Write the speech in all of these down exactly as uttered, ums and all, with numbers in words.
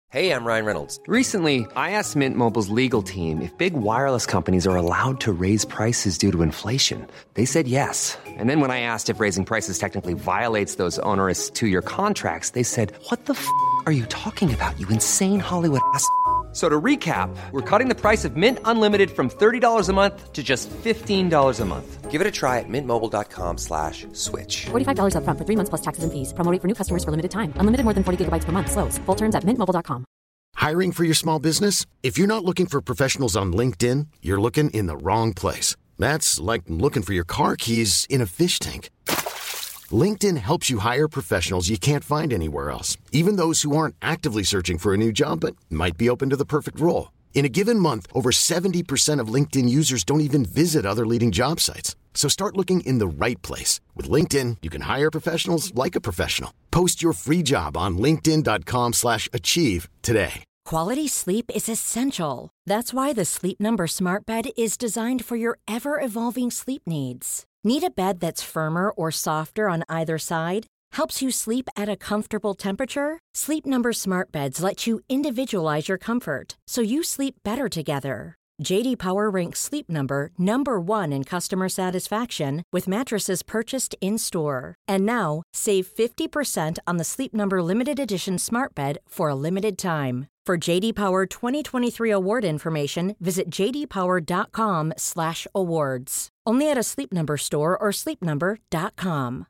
Hey, I'm Ryan Reynolds. Recently, I asked Mint Mobile's legal team if big wireless companies are allowed to raise prices due to inflation. They said yes. And then when I asked if raising prices technically violates those onerous two-year contracts, they said, "What the f*** are you talking about, you insane Hollywood ass?" So to recap, we're cutting the price of Mint Unlimited from thirty dollars a month to just fifteen dollars a month. Give it a try at mintmobile.com slash switch. forty-five dollars up front for three months plus taxes and fees. Promo rate for new customers for limited time. Unlimited more than forty gigabytes per month. Slows full terms at mint mobile dot com. Hiring for your small business? If you're not looking for professionals on LinkedIn, you're looking in the wrong place. That's like looking for your car keys in a fish tank. LinkedIn helps you hire professionals you can't find anywhere else, even those who aren't actively searching for a new job but might be open to the perfect role. In a given month, over seventy percent of LinkedIn users don't even visit other leading job sites. So start looking in the right place. With LinkedIn, you can hire professionals like a professional. Post your free job on linkedin.com slash achieve today. Quality sleep is essential. That's why the Sleep Number Smart Bed is designed for your ever-evolving sleep needs. Need a bed that's firmer or softer on either side? Helps you sleep at a comfortable temperature? Sleep Number Smart Beds let you individualize your comfort so you sleep better together. J D Power ranks Sleep Number number one in customer satisfaction with mattresses purchased in-store. And now, save fifty percent on the Sleep Number Limited Edition Smart Bed for a limited time. For J D Power twenty twenty-three award information, visit jdpower.com slash awards. Only at a Sleep Number store or sleep number dot com.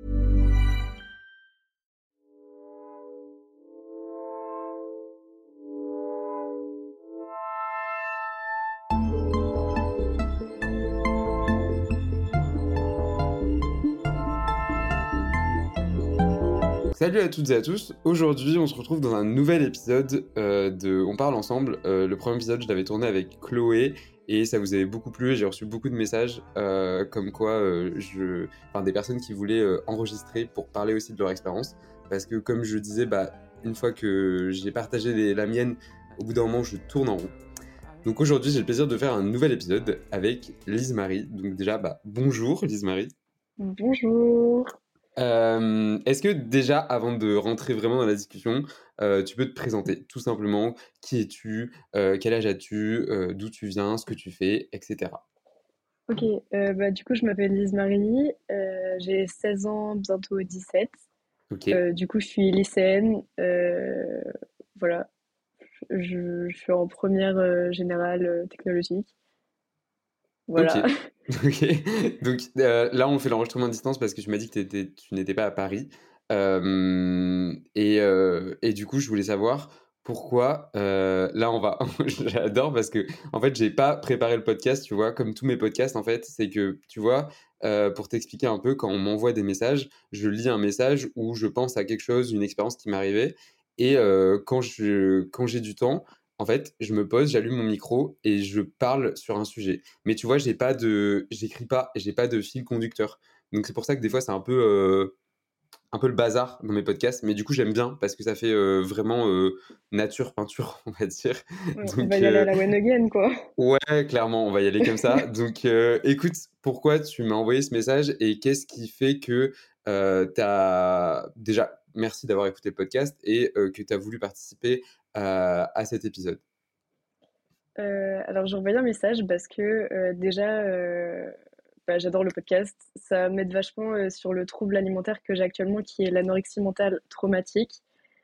Salut à toutes et à tous, aujourd'hui on se retrouve dans un nouvel épisode euh, de On parle ensemble. Euh, le premier épisode je l'avais tourné avec Chloé et ça vous avait beaucoup plu et j'ai reçu beaucoup de messages euh, comme quoi euh, je... enfin, des personnes qui voulaient euh, enregistrer pour parler aussi de leur expérience parce que comme je disais, bah, une fois que j'ai partagé les... la mienne, au bout d'un moment je tourne en rond. Donc aujourd'hui j'ai le plaisir de faire un nouvel épisode avec Lise-Marie. Donc déjà bah, bonjour Lise-Marie. Bonjour. Euh, est-ce que déjà, avant de rentrer vraiment dans la discussion, euh, tu peux te présenter tout simplement, qui es-tu, euh, quel âge as-tu, euh, d'où tu viens, ce que tu fais, et cetera. Ok, euh, bah, du coup je m'appelle Lise-Marie, euh, j'ai seize ans, bientôt dix-sept. Ok. Euh, du coup je suis lycéenne, euh, voilà, je, je suis en première euh, générale euh, technologique. Voilà. Ok. Ok. Donc euh, là, on fait l'enregistrement à distance parce que tu m'as dit que t'étais- tu n'étais pas à Paris. Euh, et, euh, et du coup, je voulais savoir pourquoi. Euh, là, on va. J'adore parce que en fait, j'ai pas préparé le podcast. Tu vois, comme tous mes podcasts, en fait, c'est que tu vois, euh, pour t'expliquer un peu, quand on m'envoie des messages, je lis un message où je pense à quelque chose, une expérience qui m'est arrivée, et euh, quand je quand j'ai du temps. En fait, je me pose, j'allume mon micro et je parle sur un sujet. Mais tu vois, j'ai pas de, j'écris pas, j'ai pas de fil conducteur. Donc c'est pour ça que des fois c'est un peu, euh, un peu le bazar dans mes podcasts. Mais du coup j'aime bien parce que ça fait euh, vraiment euh, nature peinture, on va dire. Ouais, on Donc va y aller à euh, la one again quoi. ouais, clairement, on va y aller comme ça. Donc euh, écoute, pourquoi tu m'as envoyé ce message et qu'est-ce qui fait que euh, t'as déjà, merci d'avoir écouté le podcast et euh, que tu as voulu participer euh, à cet épisode. Euh, alors j'ai envoyé un message parce que euh, déjà euh, bah, j'adore le podcast, ça m'aide vachement euh, sur le trouble alimentaire que j'ai actuellement qui est l'anorexie mentale traumatique.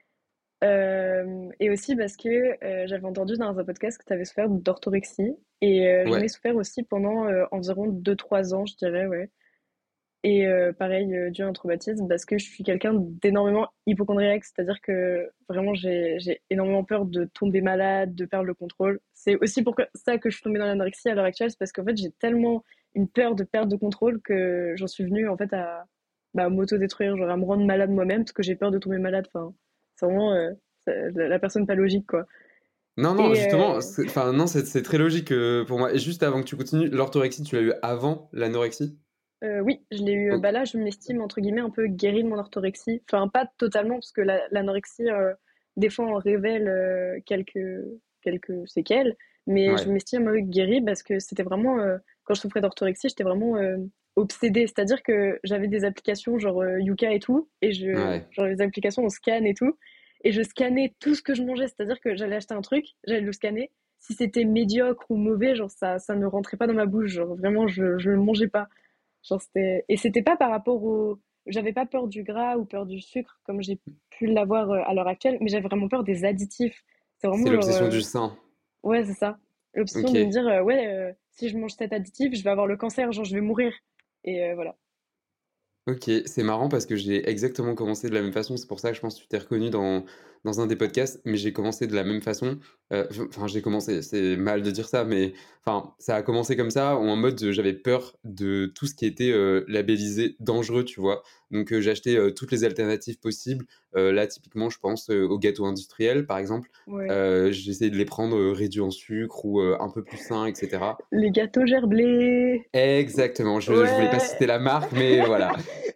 Euh, et aussi parce que euh, j'avais entendu dans un podcast que tu avais souffert d'orthorexie. Et euh, j'en ai Ouais. souffert aussi pendant euh, environ deux trois ans, je dirais, ouais. Et euh, pareil, euh, dû à un traumatisme, parce que je suis quelqu'un d'énormément hypochondriaque, c'est-à-dire que vraiment j'ai, j'ai énormément peur de tomber malade, de perdre le contrôle. C'est aussi pour que- ça que je suis tombée dans l'anorexie à l'heure actuelle, c'est parce qu'en fait j'ai tellement une peur de perdre de contrôle que j'en suis venue en fait à bah, m'auto-détruire, genre à me rendre malade moi-même parce que j'ai peur de tomber malade. Enfin, c'est vraiment euh, c'est la la personne pas logique, quoi. Non, non, Et justement, euh, c'est- enfin, non, c'est c'est très logique euh, pour moi. Et juste avant que tu continues, l'orthorexie, tu l'as eu avant l'anorexie? euh, oui, je l'ai eu. Ok. Bah là, je m'estime entre guillemets un peu guérie de mon orthorexie. Enfin, pas totalement, parce que la- l'anorexie, euh, des fois, on révèle euh, quelques, quelques séquelles. Mais je Ouais, m'estime un peu guérie parce que c'était vraiment, euh, quand je souffrais d'orthorexie, j'étais vraiment euh, obsédée. C'est-à-dire que j'avais des applications genre euh, Yuka et tout, et je, ouais. genre les applications, on scanne et tout. et je scannais tout ce que je mangeais. C'est-à-dire que j'allais acheter un truc, j'allais le scanner. Si c'était médiocre ou mauvais, genre ça, ça ne rentrait pas dans ma bouche. Genre vraiment, je, je le mangeais pas. Genre c'était... Et c'était pas par rapport au... J'avais pas peur du gras ou peur du sucre comme j'ai pu l'avoir euh, à l'heure actuelle, mais j'avais vraiment peur des additifs. C'est C'est vraiment genre... l'obsession euh, du sein. Ouais, c'est ça. L'obsession Ok. de me dire, euh, ouais, euh, si je mange cet additif, je vais avoir le cancer, genre je vais mourir. Et euh, voilà. Ok, c'est marrant parce que j'ai exactement commencé de la même façon. C'est pour ça que je pense que tu t'es reconnu dans, dans un des podcasts, mais j'ai commencé de la même façon. Euh, Enfin, j'ai commencé, c'est mal de dire ça, mais enfin, ça a commencé comme ça, ou en mode euh, j'avais peur de tout ce qui était euh, labellisé dangereux, tu vois. Donc euh, j'achetais euh, toutes les alternatives possibles. Euh, là, typiquement, je pense euh, aux gâteaux industriels, par exemple. Ouais. Euh, j'essayais de les prendre euh, réduits en sucre ou euh, un peu plus sains, et cetera. Les gâteaux gerblés. Exactement, je, je voulais pas Ouais. citer la marque, mais voilà.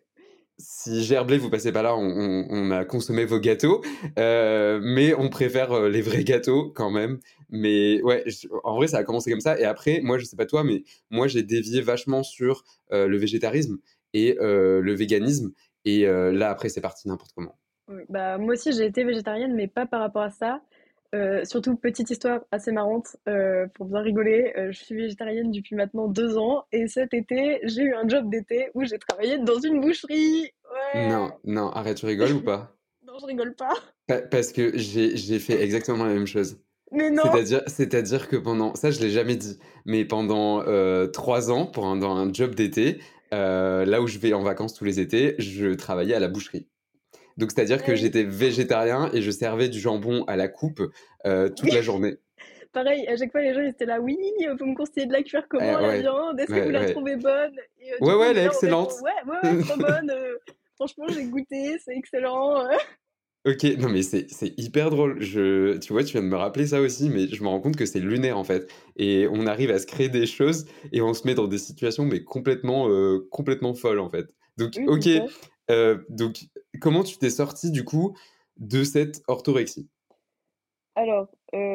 Si Gerblé, vous passez pas là, on, on- on a consommé vos gâteaux, euh, mais on préfère euh, les vrais gâteaux quand même. Mais ouais, je- en vrai, ça a commencé comme ça. Et après, moi, je sais pas toi, mais moi, j'ai dévié vachement sur euh, le végétarisme et euh, le véganisme. Et euh, là, après, c'est parti n'importe comment. Ouais. Bah, moi aussi, j'ai été végétarienne, mais pas par rapport à ça. Euh, surtout, petite histoire assez marrante, euh, pour bien rigoler. Euh, je suis végétarienne depuis maintenant deux ans, et cet été, j'ai eu un job d'été où j'ai travaillé dans une boucherie. Non, Ouais. non, arrête, tu rigoles ou pas? Non, je rigole pas. Pa- Parce que j'ai j'ai fait exactement la même chose. Mais non. C'est-à-dire, c'est-à-dire que pendant, ça je l'ai jamais dit, mais pendant euh, trois ans, pour un, dans un job d'été, euh, là où je vais en vacances tous les étés, je travaillais à la boucherie. Donc c'est-à-dire que Pareil. j'étais végétarien et je servais du jambon à la coupe euh, toute la journée. Pareil, à chaque fois, les gens ils étaient là, oui, euh, vous me conseillez de la cuire Eh, comment, la ouais, viande? Est-ce que vous ouais, la ouais. trouvez bonne? Et euh, du Ouais, coup, ouais, on elle est est là, on excellente. répond, ouais, ouais, ouais, trop bonne. euh, franchement, j'ai goûté, c'est excellent. euh. Ok, non mais c'est c'est hyper drôle. Je, tu vois, tu viens de me rappeler ça aussi, mais je me rends compte que c'est lunaire en fait. Et on arrive à se créer des choses et on se met dans des situations mais complètement, euh, complètement folles en fait. Donc, Oui, c'est ok, ça. euh, donc comment tu t'es sorti du coup de cette orthorexie? Alors,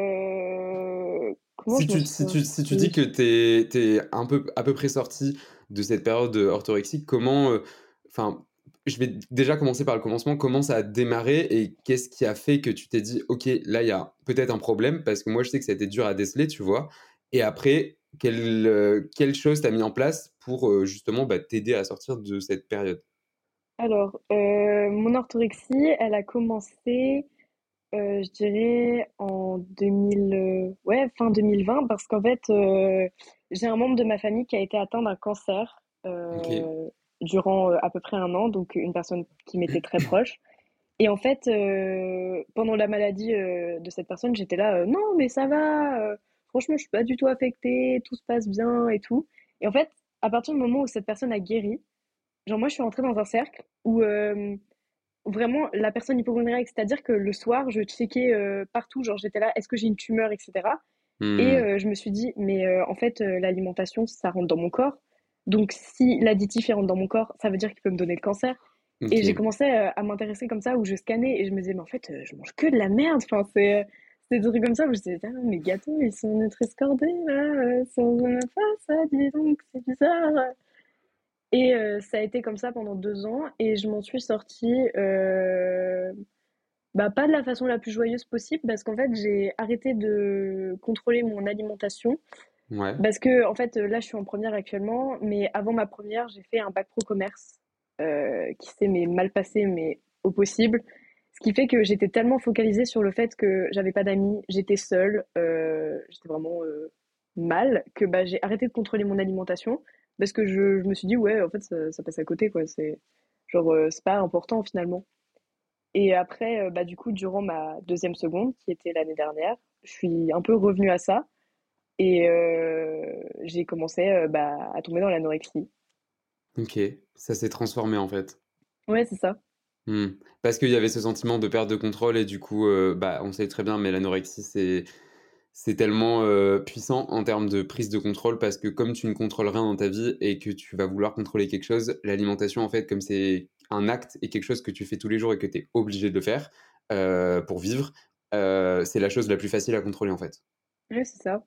euh, comment Si je m'en tu, suis si tu, si tu dis sortie? que t'es, t'es un peu, à peu près sorti de cette période euh, orthorexique, comment, euh, enfin, je vais déjà commencer par le commencement, comment ça a démarré et qu'est-ce qui a fait que tu t'es dit, ok, là, il y a peut-être un problème, parce que moi, je sais que ça a été dur à déceler, tu vois. Et après, quelle, euh, quelle chose t'as mis en place pour euh, justement bah, t'aider à sortir de cette période? Alors, euh, mon orthorexie, elle a commencé, euh, je dirais, en deux mille, euh, ouais, fin deux mille vingt, parce qu'en fait, euh, j'ai un membre de ma famille qui a été atteint d'un cancer Ok. euh, durant euh, à peu près un an, donc une personne qui m'était très proche. Et en fait, euh, pendant la maladie euh, de cette personne, j'étais là, euh, non, mais ça va, euh, franchement, je suis pas du tout affectée, tout se passe bien et tout. Et en fait, à partir du moment où cette personne a guéri, genre moi, je suis rentrée dans un cercle où euh, vraiment la personne hypochondriaque, c'est-à-dire que le soir, je checkais euh, partout, genre j'étais là, est-ce que j'ai une tumeur, et cetera. Et Hmm. euh, je me suis dit, mais euh, en fait, euh, l'alimentation, ça rentre dans mon corps. Donc si l'additif il rentre dans mon corps, ça veut dire qu'il peut me donner le cancer. Et j'ai Ok. commencé euh, à m'intéresser comme ça, où je scannais et je me disais, mais en fait, euh, je mange que de la merde. Enfin, c'est c'est des trucs comme ça où je disais, ah, mes gâteaux, ils sont nutri-scordés, là, euh, ça ne va pas, ça, dis donc, c'est bizarre. Et euh, ça a été comme ça pendant deux ans et je m'en suis sortie, euh, bah, pas de la façon la plus joyeuse possible parce qu'en fait, j'ai arrêté de contrôler mon alimentation Ouais. parce que, en fait, là, je suis en première actuellement, mais avant ma première, j'ai fait un bac pro commerce euh, qui s'est mais mal passé, mais au possible. Ce qui fait que j'étais tellement focalisée sur le fait que j'avais pas d'amis, j'étais seule, euh, j'étais vraiment euh, mal, que bah, j'ai arrêté de contrôler mon alimentation parce que je, je me suis dit, ouais, en fait, ça, ça passe à côté, quoi. C'est genre, euh, c'est pas important finalement. Et après, euh, bah, du coup, durant ma deuxième seconde, qui était l'année dernière, je suis un peu revenue à ça. Et euh, j'ai commencé euh, bah, à tomber dans l'anorexie. Ok. Ça s'est transformé en fait. Ouais, c'est ça. Hmm. Parce qu'il y avait ce sentiment de perte de contrôle et du coup, euh, bah, on sait très bien, mais l'anorexie, c'est, c'est tellement euh, puissant en termes de prise de contrôle parce que comme tu ne contrôles rien dans ta vie et que tu vas vouloir contrôler quelque chose, l'alimentation, en fait, comme c'est un acte et quelque chose que tu fais tous les jours et que tu es obligé de le faire euh, pour vivre, euh, c'est la chose la plus facile à contrôler, en fait. Ouais, c'est ça.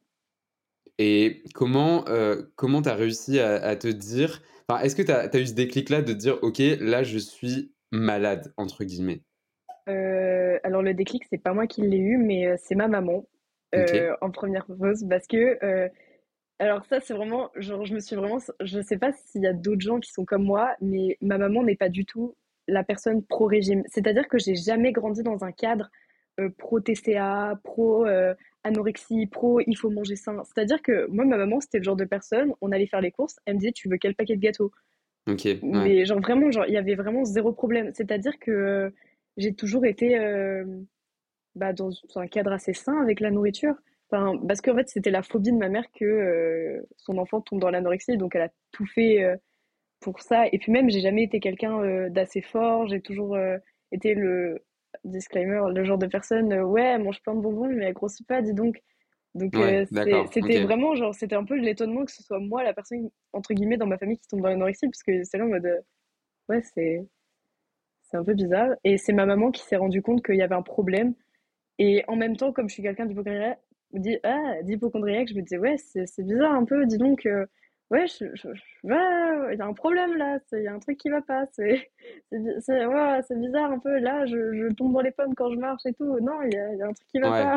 Et comment euh, comment tu as réussi à, à te dire, enfin, est-ce que tu as eu ce déclic-là de te dire, ok, là, je suis malade, entre guillemets? Heu, alors le déclic, c'est pas moi qui l'ai eu, mais heu, c'est ma maman, OK. heu, en première pause parce que, heu, alors ça, c'est vraiment genre, je me suis vraiment je sais pas s'il y a d'autres gens qui sont comme moi, mais ma maman n'est pas du tout la personne pro régime. C'est-à-dire que j'ai jamais grandi dans un cadre, heu, pro T C A, pro, heu, anorexie, pro il faut manger sain. C'est-à-dire que moi, ma maman, c'était le genre de personne, on allait faire les courses, elle me disait: «Tu veux quel paquet de gâteaux?» OK, ouais. Mais genre vraiment, genre, il y avait vraiment zéro problème. C'est-à-dire que, heu, j'ai toujours été, hem, bah, dans un cadre assez sain avec la nourriture. Enfin, parce qu'en fait, c'était la phobie de ma mère que, heu, son enfant tombe dans l'anorexie, donc elle a tout fait, heu, pour ça. Et puis même, j'ai jamais été quelqu'un, heu, d'assez fort. J'ai toujours, heu, été le disclaimer, le genre de personne, heu: «Ouais, elle mange plein de bonbons, mais elle grossit pas, dis donc». Donc Ouais, heu, c'est d'accord, OK. c'était vraiment genre, c'était un peu l'étonnement que ce soit moi la personne, entre guillemets, dans ma famille qui tombe dans l'anorexie, parce que c'est là en mode, heu, ouais, c'est c'est un peu bizarre. Et c'est ma maman qui s'est rendue compte qu'il y avait un problème. Et en même temps, comme je suis quelqu'un d'hypochondriaque, dit, ah, d'hypochondriaque, je me disais, ouais, c'est c'est bizarre un peu, dis donc, euh, ouais, je, je, je- ouais, il y a un problème là, il y a un truc qui va pas, c'est c'est bi- c'est- ouais, c'est bizarre un peu, là, je, je tombe dans les pommes quand je marche et tout, non, il y a, il y a un truc qui va Ouais. pas.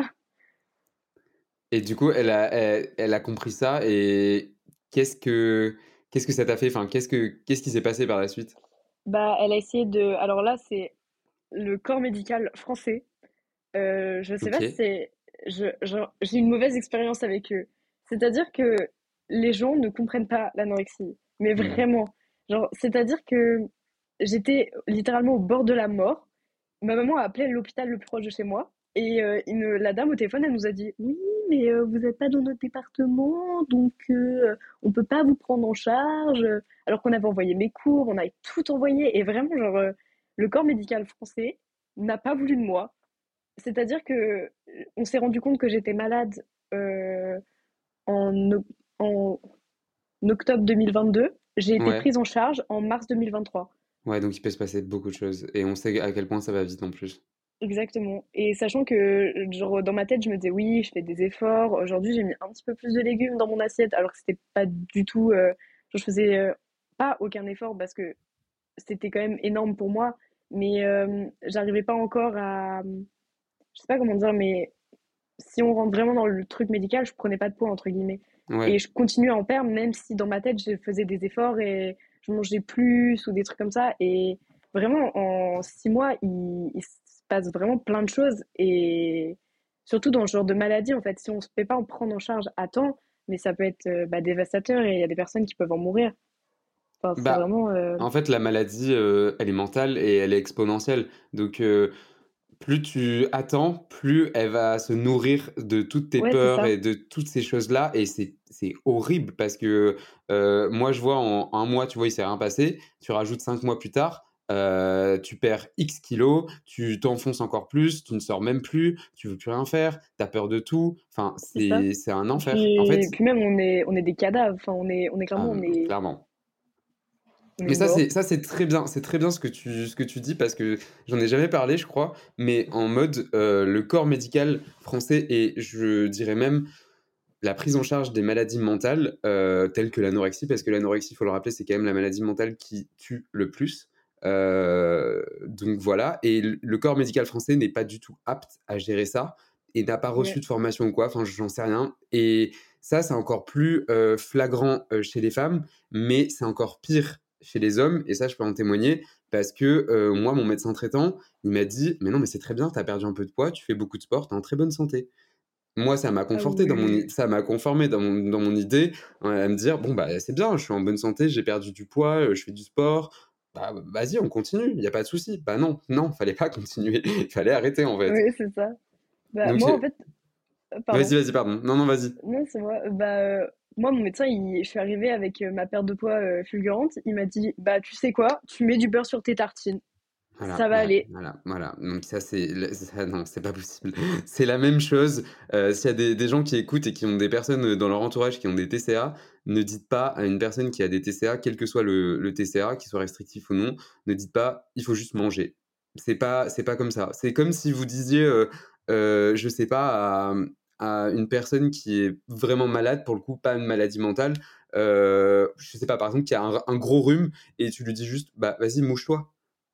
Et du coup, elle a elle elle a compris ça et qu'est-ce que qu'est-ce que ça t'a fait? Enfin, qu'est-ce que qu'est-ce qui s'est passé par la suite? Bah, elle a essayé de. Alors là, c'est le corps médical français. Euh, je sais pas si OK. c'est. Je, je- j'ai une mauvaise expérience avec eux. C'est-à-dire que les gens ne comprennent pas l'anorexie. Mais Mmh. vraiment. Genre, c'est-à-dire que j'étais littéralement au bord de la mort. Ma maman a appelé l'hôpital le plus proche de chez moi. Et euh, une, la dame au téléphone, elle nous a dit: oui, mais euh, vous n'êtes pas dans notre département, donc euh, on peut pas vous prendre en charge. Alors qu'on avait envoyé mes cours, on avait tout envoyé. Et vraiment, genre, euh, le corps médical français n'a pas voulu de moi. C'est-à-dire que on s'est rendu compte que j'étais malade euh, en, oc- en octobre deux mille vingt-deux. J'ai été Ouais. prise en charge en mars deux mille vingt-trois. Ouais, donc il peut se passer beaucoup de choses et on sait à quel point ça va vite en plus. Exactement. Et sachant que, genre, dans ma tête, je me disais, oui, je fais des efforts. Aujourd'hui, j'ai mis un petit peu plus de légumes dans mon assiette, alors que c'était pas du tout. Euh, genre, je faisais euh, pas aucun effort parce que c'était quand même énorme pour moi. Mais euh, j'arrivais pas encore à. Je sais pas comment dire, mais si on rentre vraiment dans le truc médical, je prenais pas de poids, entre guillemets. Et Ouais. je continuais à en perdre, même si dans ma tête, je faisais des efforts et je mangeais plus ou des trucs comme ça. Et vraiment, en six mois, il, il se passe vraiment plein de choses. Et surtout dans ce genre de maladie, en fait, si on ne se fait pas en prendre en charge à temps, mais ça peut être euh, bah, dévastateur et il y a des personnes qui peuvent en mourir. Enfin, c'est Bah, vraiment. euh, en fait, la maladie, heu, elle est mentale et elle est exponentielle. Donc, heu, plus tu attends, plus elle va se nourrir de toutes tes Ouais, c'est peurs ça. et de toutes ces choses-là et c'est c'est horrible parce que, heu, moi, je vois en un mois, tu vois, il s'est rien passé. Tu rajoutes cinq mois plus tard, heu, tu perds X kilos, tu t'enfonces encore plus, tu ne sors même plus, tu veux plus rien faire, tu as peur de tout. Enfin, C'est ça. c'est c'est un enfer. En fait, Puis, puis même, on est, on est des cadavres. Enfin, on est, on est ah, clairement, on mmh, est, clairement. on Mais est ça, c'est mort. ça, c'est très bien. C'est très bien ce que tu ce que tu dis parce que j'en ai jamais parlé, je crois, mais en mode, heu, le corps médical français et je dirais même la prise en charge des maladies mentales, heu, telles que l'anorexie, parce que l'anorexie, il faut le rappeler, c'est quand même la maladie mentale qui tue le plus. Heu, donc voilà et le le corps médical français n'est pas du tout apte à gérer ça et n'a pas reçu Ouais. de formation ou quoi, enfin, j'en sais rien et ça, c'est encore plus, heu, flagrant, heu, chez les femmes, mais c'est encore pire chez les hommes et ça, je peux en témoigner parce que, heu, moi, mon médecin traitant, il m'a dit: «Mais non, mais c'est très bien, tu as perdu un peu de poids, tu fais beaucoup de sport, tu es en très bonne santé». Moi, ça m'a Ah conforté dans mon ouais. i ça m'a conformé dans mon dans mon idée, heu, à me dire: «Bon, bah, c'est bien, je suis en bonne santé, j'ai perdu du poids, heu, je fais du sport, bah, vas-y, on continue, il y a pas de souci». Bah non, non, fallait pas continuer, il fallait arrêter, en fait. Oui, c'est ça. Bah, Donc moi, en heu fait, euh, vas-y, pardon. vas-y, pardon. Non, non, vas-y. Non, c'est moi. Bah, euh, moi, mon médecin, il- je suis arrivée avec euh, ma perte de poids euh, fulgurante. Il m'a dit, bah, tu sais quoi? Tu mets du beurre sur tes tartines. Voilà, Ça va bah, aller. voilà, voilà. Donc ça, c'est le ça non, c'est pas possible. C'est la même chose, heu, s'il y a des des gens qui écoutent et qui ont des personnes, heu, dans leur entourage qui ont des T C A, ne dites pas à une personne qui a des T C A, quel que soit le le T C A, qu'il soit restrictif ou non, ne dites pas: «Il faut juste manger». C'est pas c'est pas comme ça. C'est comme si vous disiez, heu heu, je sais pas, à, mmh, à une personne qui est vraiment malade, pour le coup, pas une maladie mentale, heu, je sais pas, par exemple, qui a un un gros rhume et tu lui dis juste: «Bah, vas-y, mouche-toi».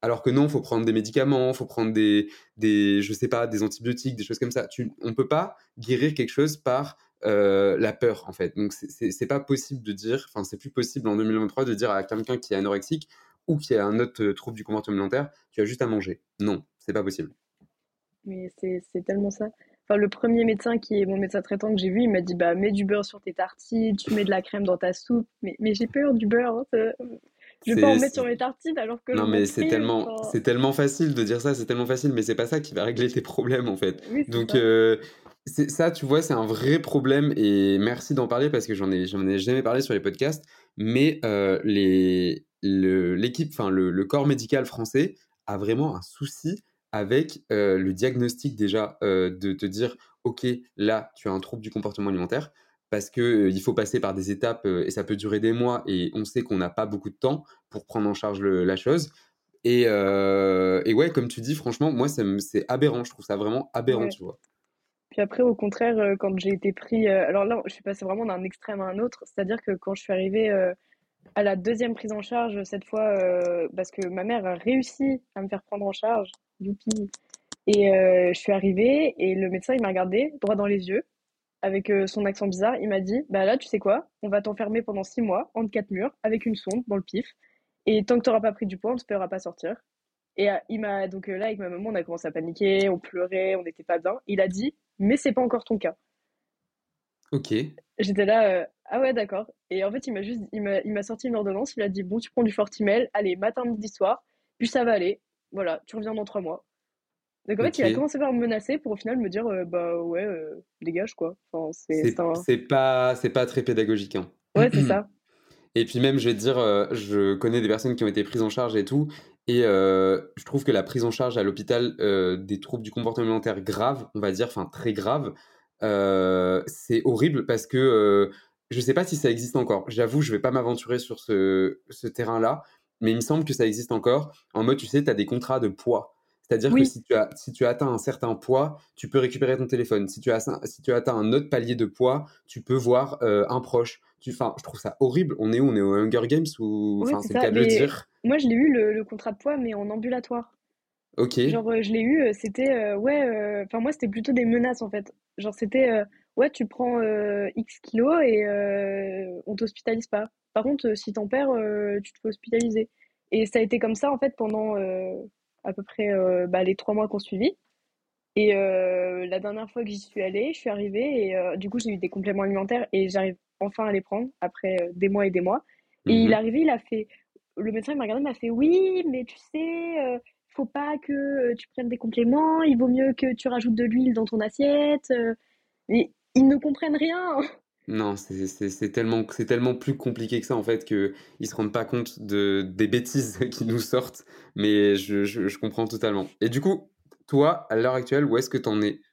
Alors que non, il faut prendre des médicaments, il faut prendre des, des, je sais pas, des antibiotiques, des choses comme ça. Tu, on ne peut pas guérir quelque chose par euh, la peur, en fait. Donc, c'est, c'est, c'est pas possible de dire, enfin, c'est plus possible en deux mille vingt-trois de dire à quelqu'un qui est anorexique ou qui a un autre euh, trouble du comportement alimentaire, tu as juste à manger. Non, c'est pas possible. Mais c'est c'est tellement ça. Enfin, le premier médecin qui est mon médecin traitant que j'ai vu, il m'a dit, bah, mets du beurre sur tes tartines, tu mets de la crème dans ta soupe. Mais, mais j'ai peur du beurre, hein, ça- Je vais pas en C'est, mettre c'est- sur mes tartines alors que je Non, m'en mais c'est prive. tellement, Enfin, c'est tellement facile de dire ça, c'est tellement facile, mais c'est pas ça qui va régler tes problèmes en fait. oui, c'est Donc ça. euh, c'est, ça, tu vois, c'est un vrai problème et merci d'en parler parce que j'en ai, j'en ai jamais parlé sur les podcasts. Mais euh, les, le, l'équipe, enfin le, le corps médical français a vraiment un souci avec euh, le diagnostic déjà euh, de te dire, ok, là, tu as un trouble du comportement alimentaire. Parce que euh, il faut passer par des étapes euh, et ça peut durer des mois et on sait qu'on n'a pas beaucoup de temps pour prendre en charge le- la chose. Et, euh, et ouais, comme tu dis, franchement, moi, ça me- c'est aberrant. Je trouve ça vraiment aberrant, Ouais. tu vois. Puis après, au contraire, euh, quand j'ai été pris, euh, alors là, je suis passée vraiment d'un extrême à un autre. C'est-à-dire que quand je suis arrivée euh, à la deuxième prise en charge, cette fois, euh, parce que ma mère a réussi à me faire prendre en charge, youpi. Et euh, je suis arrivée et le médecin, il m'a regardé droit dans les yeux avec euh, son accent bizarre. Il m'a dit, bah là, tu sais quoi? On va t'enfermer pendant six mois entre quatre murs avec une sonde dans le pif. Et tant que t'auras pas pris du poids, on ne te fera pas sortir. Et euh, il m'a donc euh, là avec ma maman, on a commencé à paniquer, on pleurait, on n'était pas bien. Il a dit, mais c'est pas encore ton cas. Ok, J'étais là, euh, ah ouais, d'accord. Et en fait, il m'a juste, il m'a, il m'a sorti une ordonnance. Il a dit, bon, tu prends du Fortimel, allez, matin, midi, soir, puis ça va aller. Voilà, tu reviens dans trois mois. Donc en fait, il a ok. commencé par me menacer pour au final me dire, euh, bah ouais, euh, dégage quoi. Enfin, c'est, c'est C'est, un... c'est pas, c'est pas très pédagogique, hein. Ouais, c'est ça. Et puis même, je vais te dire, euh, je connais des personnes qui ont été prises en charge et tout, et euh, je trouve que la prise en charge à l'hôpital euh, des troubles du comportement alimentaire graves, on va dire, enfin très graves, euh, c'est horrible parce que euh, je sais pas si ça existe encore. J'avoue, je vais pas m'aventurer sur ce, ce terrain-là, mais il me semble que ça existe encore. En mode, tu sais, tu as des contrats de poids. C'est-à-dire que Oui, si tu as, si tu as atteint un certain poids, tu peux récupérer ton téléphone. Si tu as, si tu as atteint un autre palier de poids, tu peux voir euh, un proche. Tu, enfin, je trouve ça horrible. On est où? On est au Hunger Games ou, ouais, enfin, c'est c'est le ça. cas de le Mais dire. moi, je l'ai eu le, le contrat de poids, mais en ambulatoire. Ok, Genre, euh, je l'ai eu, euh, c'était, euh, ouais, euh, enfin, moi, c'était plutôt des menaces, en fait. Genre, c'était, euh, ouais, tu prends euh, X kilos et euh, on t'hospitalise pas. Par contre, euh, si t'en perds, euh, tu te fais hospitaliser. Et ça a été comme ça, en fait, pendant euh, à peu près euh, bah, les trois mois qu'on suivit. Et euh, la dernière fois que j'y suis allée, je suis arrivée et euh, du coup, j'ai eu des compléments alimentaires et j'arrive enfin à les prendre après euh, des mois et des mois. Et il est mhm. arrivé, il a fait, le médecin il m'a regardé, il m'a fait, oui, mais tu sais, euh, faut pas que euh, tu prennes des compléments, il vaut mieux que tu rajoutes de l'huile dans ton assiette. euh. Mais ils ne comprennent rien. Non, c'est c'est- c'est tellement, c'est tellement plus compliqué que ça en fait qu'ils ne se rendent pas compte de, des bêtises qui nous sortent. Mais je, je, je comprends totalement. Et du coup, toi, à l'heure actuelle, où est-ce que t'en es?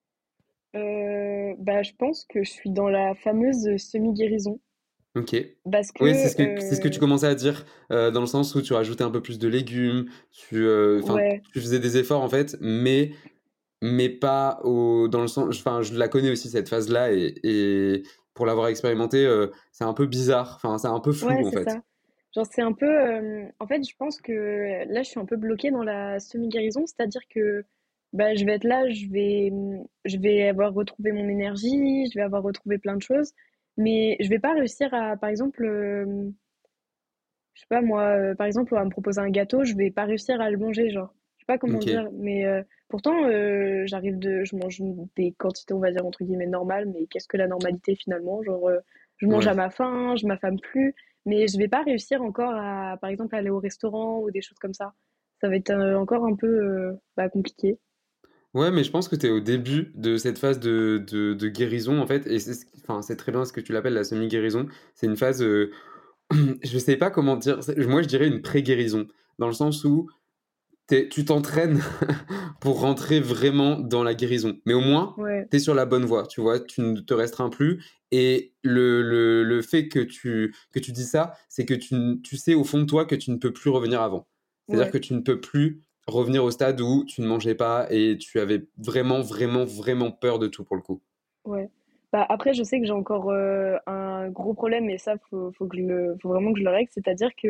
Euh, bah, je pense que je suis dans la fameuse semi-guérison Ok. parce Oui, c'est ce que, que, c'est ce que tu euh, commençais à dire, euh, dans le sens où tu rajoutais un peu plus de légumes, tu, euh, enfin, ouais, tu faisais des efforts en fait, mais mais pas au, dans le sens, enfin, je la connais aussi cette phase-là et, et pour l'avoir expérimenté, euh, c'est un peu bizarre, enfin, c'est un peu ouais, flou en c'est fait. ça. Genre, c'est un peu. Euh, en fait, je pense que là, je suis un peu bloquée dans la semi-guérison, c'est-à-dire que bah, je vais être là, je vais, je vais avoir retrouvé mon énergie, je vais avoir retrouvé plein de choses, mais je vais pas réussir à, par exemple, euh, je sais pas moi, euh, par exemple, on va me proposer un gâteau, je vais pas réussir à le manger, genre. Je sais pas comment Ok, dire, mais euh, pourtant, euh, j'arrive de. Je mange des quantités, on va dire, entre guillemets, normales, mais qu'est-ce que la normalité finalement? Genre, euh, je mange à ouais. ma faim, je m'affame plus, mais je vais pas réussir encore à, par exemple, aller au restaurant ou des choses comme ça. Ça va être euh, encore un peu euh, bah, compliqué. Ouais, mais je pense que tu es au début de cette phase de, de, de guérison en fait, et c'est ce qui- enfin, c'est très bien ce que tu l'appelles la semi-guérison. C'est une phase, euh, je sais pas comment dire, c'est- moi je dirais une pré-guérison, dans le sens où t'es- tu t'entraînes pour rentrer vraiment dans la guérison. Mais au moins, Ouais, tu es sur la bonne voie, tu vois, tu ne te restreins plus. Et le, le, le fait que tu, que tu dis ça, c'est que tu, n- tu sais au fond de toi que tu ne peux plus revenir avant. C'est-à-dire ouais, que tu ne peux plus revenir au stade où tu ne mangeais pas et tu avais vraiment, vraiment, vraiment peur de tout pour le coup. ouais. Bah, après, je sais que j'ai encore euh, un gros problème, et ça, faut, faut que je le, faut vraiment que je le règle, c'est-à-dire que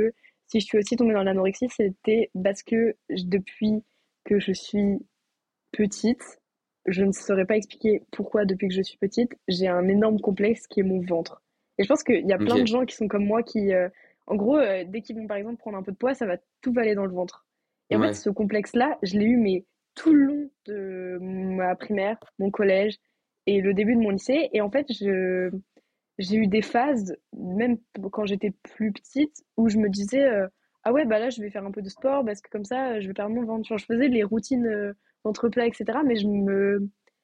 si je suis aussi tombée dans l'anorexie, c'était parce que j- depuis que je suis petite, je ne saurais pas expliquer pourquoi depuis que je suis petite, j'ai un énorme complexe qui est mon ventre. Et je pense qu'il y a plein de Ok. gens qui sont comme moi qui, euh, en gros, euh, dès qu'ils vont par exemple prendre un peu de poids, ça va tout aller dans le ventre. Et en fait, Ouais. ce complexe-là, je l'ai eu mais tout le long de ma primaire, mon collège et le début de mon lycée. Et en fait, je, j'ai eu des phases, même quand j'étais plus petite, où je me disais euh, ah ouais, bah là, je vais faire un peu de sport parce que comme ça, euh, je vais perdre mon ventre. Genre, je faisais les routines euh, ventre plat, et cetera. Mais je me,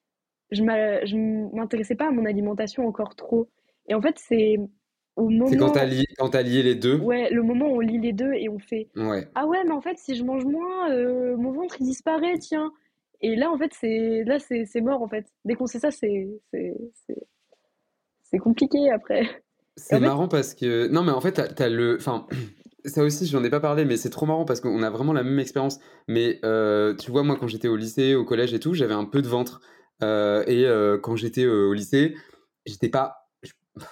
je m'a- je m'intéressais pas à mon alimentation encore trop. Et en fait, c'est au C'est quand t'as moment, lié, quand t'as lié les deux. ouais, le moment où on lit les deux et on fait Ouais. ah ouais, mais en fait, si je mange moins, euh, mon ventre il disparaît, tiens. Et là, en fait, c'est là, c'est c'est mort en fait. Dès qu'on sait ça, c'est c'est c'est c'est compliqué après. Et C'est en fait, marrant parce que non mais en fait t'as, t'as le enfin ça aussi j'en ai pas parlé mais c'est trop marrant parce qu'on a vraiment la même expérience mais euh, tu vois moi quand j'étais au lycée au collège et tout j'avais un peu de ventre. Euh, et euh, quand j'étais euh, au lycée j'étais pas je,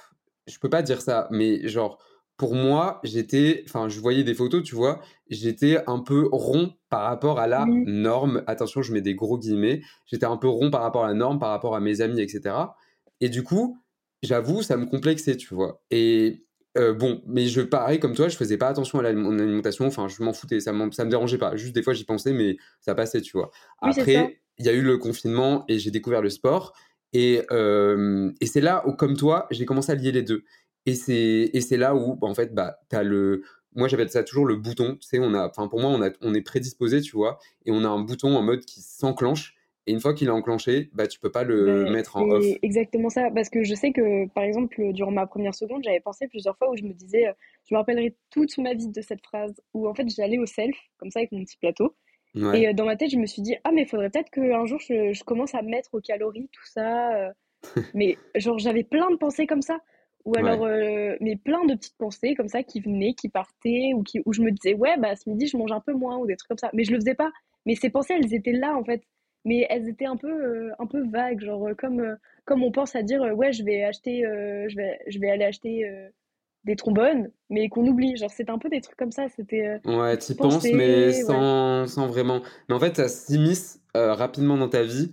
je peux pas dire ça mais genre pour moi j'étais enfin je voyais des photos tu vois j'étais un peu rond par rapport à la oui, norme, attention je mets des gros guillemets, j'étais un peu rond par rapport à la norme par rapport à mes amis etc. Et du coup j'avoue, ça me complexait, tu vois. Et euh, bon, mais je, pareil comme toi, je faisais pas attention à la- mon alimentation. Enfin, je m'en foutais, ça, m'en- ça me dérangeait pas. Juste des fois, j'y pensais, mais ça passait, tu vois. oui, c'est ça. Après, il y a eu le confinement et j'ai découvert le sport. Et, euh, et c'est là où, comme toi, j'ai commencé à lier les deux. Et c'est, et c'est là où, bah, en fait, bah, t'as le. Moi, j'appelle ça toujours le bouton. Tu sais, on a, enfin, pour moi, on, a, on est prédisposé, tu vois, et on a un bouton en mode qui s'enclenche. Et une fois qu'il est enclenché, bah, tu peux pas le Ben, mettre en c'est off. exactement ça. Parce que je sais que, par exemple, durant ma première seconde, j'avais pensé plusieurs fois où je me disais, euh, je me rappellerai toute ma vie de cette phrase, où en fait j'allais au self, comme ça avec mon petit plateau. Et Ouais. euh, dans ma tête, je me suis dit, ah, mais il faudrait peut-être qu'un jour je, je commence à mettre aux calories, tout ça. euh. Mais genre, j'avais plein de pensées comme ça. Ou alors, Ouais. euh, mais plein de petites pensées comme ça qui venaient, qui partaient, ou qui, où je me disais, ouais, bah ce midi, je mange un peu moins, ou des trucs comme ça. Mais je le faisais pas. Mais ces pensées, elles étaient là, en fait. Mais elles étaient un peu, euh, un peu vagues, genre euh, comme, euh, comme on pense à dire, euh, ouais, je vais acheter, euh, je vais, je vais aller acheter euh, des trombones, mais qu'on oublie. Genre, c'était un peu des trucs comme ça. C'était euh, Ouais, des petites t'y penses, mais pensées, ouais. sans, sans vraiment. Mais en fait, ça s'immisce euh, rapidement dans ta vie.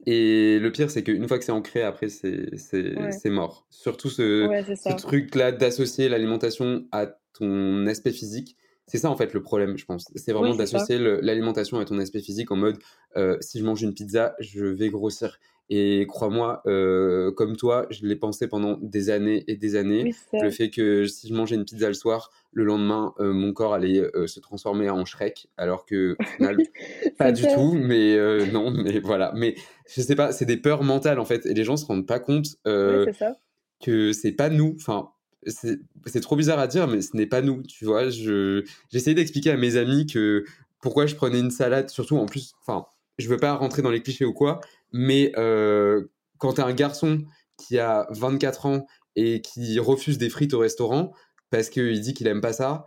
Et le pire, c'est qu'une fois que c'est ancré, après, c'est, c'est, Ouais, c'est mort. Surtout ce, ouais, c'est ce ça. truc-là d'associer l'alimentation à ton aspect physique. C'est ça, en fait, le problème, je pense. C'est Oui, vraiment c'est ça. d'associer le- l'alimentation à ton aspect physique en mode, euh, si je mange une pizza, je vais grossir. Et crois-moi, euh, comme toi, je l'ai pensé pendant des années et des années. Oui, c'est Le ça. fait que si je mangeais une pizza le soir, le lendemain, euh, mon corps allait euh, se transformer en Shrek, alors que au final, Oui, pas c'est du ça. tout. Mais euh, non, mais voilà. Mais je sais pas, c'est des peurs mentales en fait, et les gens se rendent pas compte Ouais, euh, c'est ça. que c'est pas nous. Enfin, c'est c'est trop bizarre à dire, mais ce n'est pas nous. Tu vois, je j'essayais d'expliquer à mes amis que pourquoi je prenais une salade, surtout en plus. Enfin, je veux pas rentrer dans les clichés ou quoi, mais euh, quand t'es un garçon qui a vingt-quatre ans et qui refuse des frites au restaurant parce qu'il dit qu'il aime pas ça,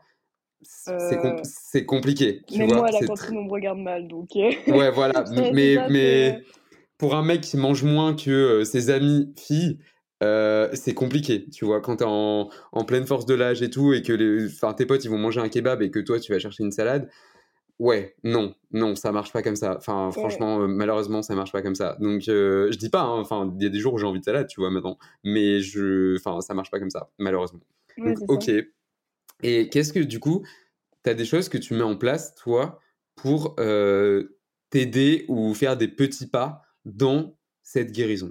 c'est com- Euh, c'est compliqué, tu Même vois. moi, à la C'est cantine, tr- on me regarde mal, donc euh, ouais, voilà. ouais, c'est Mais ça, c'est... euh, mais pour un mec qui mange moins que euh, ses amis filles, euh, c'est compliqué, tu vois. Quand t'es en, en pleine force de l'âge et tout, et que les, enfin, tes potes ils vont manger un kebab et que toi tu vas chercher une salade, ouais, non, non, ça marche pas comme ça. Enfin, Ouais, franchement, euh, malheureusement, ça marche pas comme ça. Donc, euh, je dis pas, hein, enfin, il y a des jours où j'ai envie de salade, tu vois, maintenant, mais je, enfin, ça marche pas comme ça, malheureusement. ouais, Donc, c'est ça. ok. Et qu'est-ce que du coup, tu as des choses que tu mets en place, toi, pour euh, t'aider ou faire des petits pas dans cette guérison?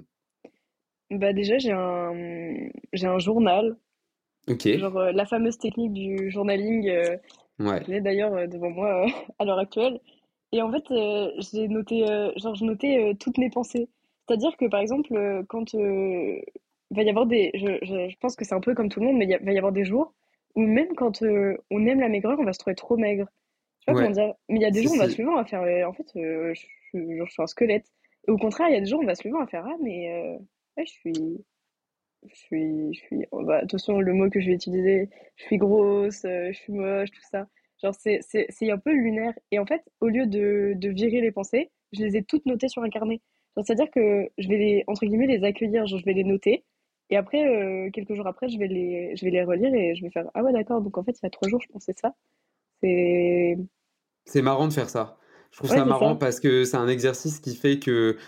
Bah déjà, j'ai un, j'ai un journal, Ok, genre euh, la fameuse technique du journaling, euh, ouais, je l'ai d'ailleurs euh, devant moi euh, à l'heure actuelle. Et en fait, euh, j'ai noté, euh, genre, je notais euh, toutes mes pensées. C'est-à-dire que par exemple, euh, quand euh, il va y avoir des, je, je, je pense que c'est un peu comme tout le monde, mais il y a- va y avoir des jours où même quand euh, on aime la maigreur, on va se trouver trop maigre. Je sais pas comment ouais, dire, mais il y a des si, jours où on va se si, lever, on va faire, euh, en fait, euh, je, je, genre, je suis un squelette. Et au contraire, il y a des jours où on va se lever, on va faire, ah, mais euh, ouais, je suis, je suis, je suis, oh, bah, attention, le mot que je vais utiliser, je suis grosse, euh, je suis moche, tout ça. Genre, c'est, c'est, c'est un peu lunaire. Et en fait, au lieu de, de virer les pensées, je les ai toutes notées sur un carnet. Genre, c'est-à-dire que je vais les, entre guillemets, les accueillir, genre, je vais les noter. Et après, euh, quelques jours après, je vais les, je vais les relire et je vais faire, ah ouais, d'accord, donc en fait, il y a trois jours, je pensais ça. C'est C'est marrant de faire ça. Je trouve ouais, ça c'est marrant ça. parce que c'est un exercice qui fait que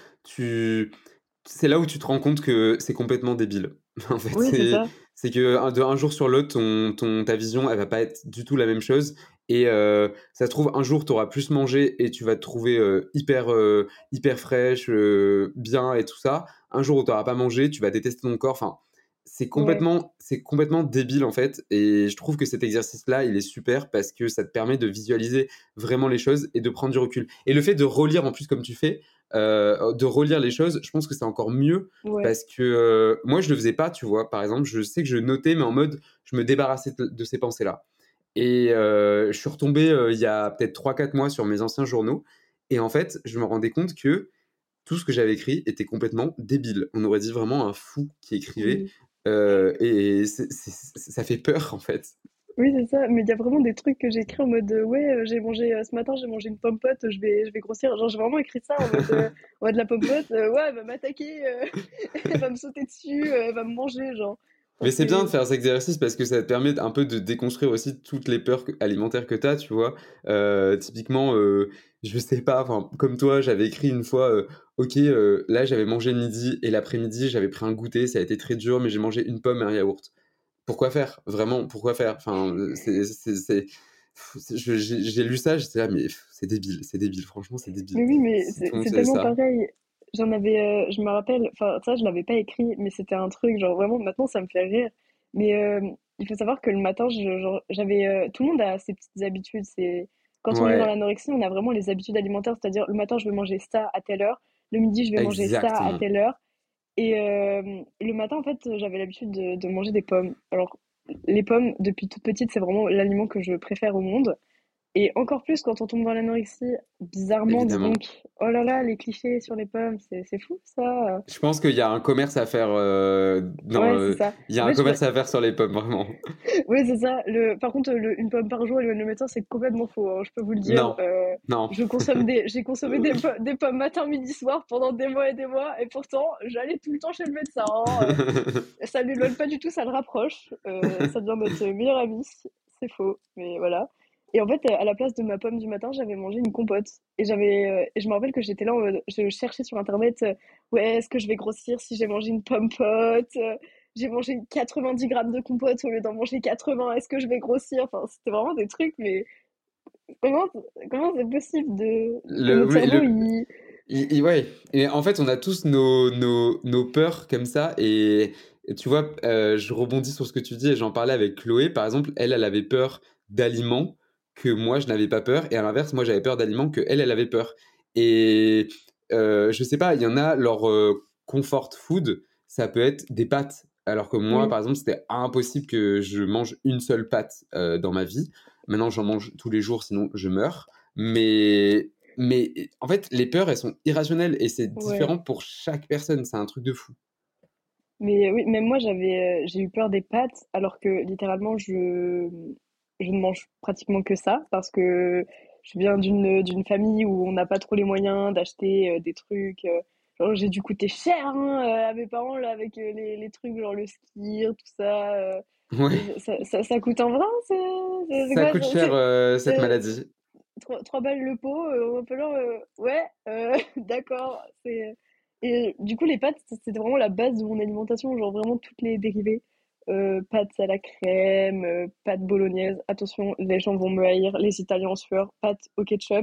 tu c'est là où tu te rends compte que c'est complètement débile. En fait, Oui, c'est c'est ça. c'est que un de un jour sur l'autre, ton ton ta vision, elle va pas être du tout la même chose et heu, ça se trouve, un jour, tu auras plus mangé et tu vas te trouver, heu, hyper, heu, hyper fraîche, heu, bien et tout ça. Un jour où tu auras pas mangé, tu vas détester ton corps. Enfin, c'est Ouais, complètement c'est complètement débile, en fait et je trouve que cet exercice-là, il est super parce que ça te permet de visualiser vraiment les choses et de prendre du recul. Et le fait de relire en plus comme tu fais, heu, de relire les choses, je pense que c'est encore mieux ouais. parce que, heu, moi je le faisais pas, tu vois? Par exemple, je sais que je notais, mais en mode, je me débarrassais de de ces pensées-là. Et heu, je suis retombé, heu, il y a peut-être trois quatre mois sur mes anciens journaux et en fait, je me rendais compte que tout ce que j'avais écrit était complètement débile. On aurait dit vraiment un fou qui écrivait, Oui. heu et c'est c'est c'est ça fait peur, en fait. Oui, c'est ça, mais il y a vraiment des trucs que j'ai écrits en mode, heu: «Ouais, heu, j'ai mangé, heu, ce matin, j'ai mangé une pomme pote, je vais je vais grossir». Genre, j'ai vraiment écrit ça en mode, heu, en mode la pomme pote, heu, ouais, elle va m'attaquer, heu, elle va me sauter dessus, heu, elle va me manger, genre. Enfin, Mais c'est bien de c'est faire cet exercice parce que ça te permet un peu de déconstruire aussi toutes les peurs que alimentaires que tu as, tu vois? Heu, typiquement, heu, je sais pas, enfin, comme toi, j'avais écrit une fois, heu: «OK, heu, là, j'avais mangé le midi et l'après-midi, j'avais pris un goûter, ça a été très dur, mais j'ai mangé une pomme et un yaourt». Pourquoi faire? Vraiment, pourquoi faire? Enfin, heu, c'est c'est c'est c'est je j'ai j'ai lu ça, j'étais là: «Mais pff, c'est débile, c'est débile, franchement, c'est débile». mais oui, mais Si tout c'est le monde c'est faisait tellement ça. pareil. J'en avais, heu, je me rappelle, enfin, ça, je l'avais pas écrit, mais c'était un truc, genre, vraiment, maintenant, ça me fait rire. Mais, hem, il faut savoir que le matin, je genre, j'avais, heu tout le monde a ses petites habitudes. C'est quand on est dans Ouais, l'anorexie, on a vraiment les habitudes alimentaires, c'est-à-dire, le matin, je vais manger ça à telle heure, le midi, je vais manger ça à exactement. telle heure. Et hem, le matin, en fait, j'avais l'habitude de de manger des pommes. Alors, les pommes, depuis toute petite, c'est vraiment l'aliment que je préfère au monde. Et encore plus quand on tombe dans l'anorexie, bizarrement, dis Évidemment. donc. Oh là là, les clichés sur les pommes, c'est c'est fou ça. Je pense qu'il y a un commerce à faire, heu, dans, Ouais, c'est heu, ça. il y a En un fait, je commerce à faire sur les pommes, vraiment. ouais, c'est ça. Le par contre, le une pomme par jour, le le médecin, c'est complètement faux, hein, je peux vous le dire. Non, Heu, non. je consomme des j'ai consommé des po des pommes matin, midi, soir pendant des mois et des mois et pourtant, j'allais tout le temps chez le médecin, hein, heu, ça l'éloigne pas du tout, ça le rapproche, heu, ça devient notre meilleur ami. C'est faux, mais voilà. Et en fait, heu, à la place de ma pomme du matin, j'avais mangé une compote et j'avais, heu et je me rappelle que j'étais là en mode je cherchais sur internet, heu: «Ouais, est-ce que je vais grossir si j'ai mangé une pomme pote?» J'ai mangé quatre-vingt-dix grammes de compote au lieu d'en manger quatre-vingts, est-ce que je vais grossir? Enfin, c'était vraiment des trucs, mais comment comment c'est possible de que Le notre oui, cerveau, le il i i ouais et en fait, on a tous nos nos nos peurs comme ça et et tu vois, heu, je rebondis sur ce que tu dis et j'en parlais avec Chloé. Par exemple, elle, elle avait peur d'aliments que moi, je n'avais pas peur et à l'inverse, moi, j'avais peur d'aliments qu'elle, elle avait peur et heu, je sais pas, il y en a, leur, heu, comfort food, ça peut être des pâtes. Alors que moi, oui, par exemple, c'était impossible que je mange une seule pâte, heu, dans ma vie. Maintenant, j'en mange tous les jours, sinon je meurs. Mais mais en fait, les peurs, elles sont irrationnelles et c'est ouais. différent pour chaque personne. C'est un truc de fou. Mais oui, même moi, j'avais, heu, j'ai eu peur des pâtes alors que littéralement je je ne mange pratiquement que ça parce que je viens d'une, d'une famille où on n'a pas trop les moyens d'acheter, heu, des trucs, heu, genre j'ai dû coûter cher, hein, heu, à mes parents là avec, heu, les les trucs genre le Skyr, tout ça, heu Ouais, et ça ça ça coûte un bras, c'est c'est c'est ça quoi? coûte C'est cher, c'est heu, cette c'est maladie. trois 3 balles le pot, heu, en appelant, heu, ouais, heu, d'accord, c'est et du coup, les pâtes, c'était vraiment la base de mon alimentation, genre vraiment toutes les dérivés, heu, pâtes à la crème, heu, pâtes bolognaise. Attention, les gens vont me haïr, les Italiens en sueur, pâtes au ketchup,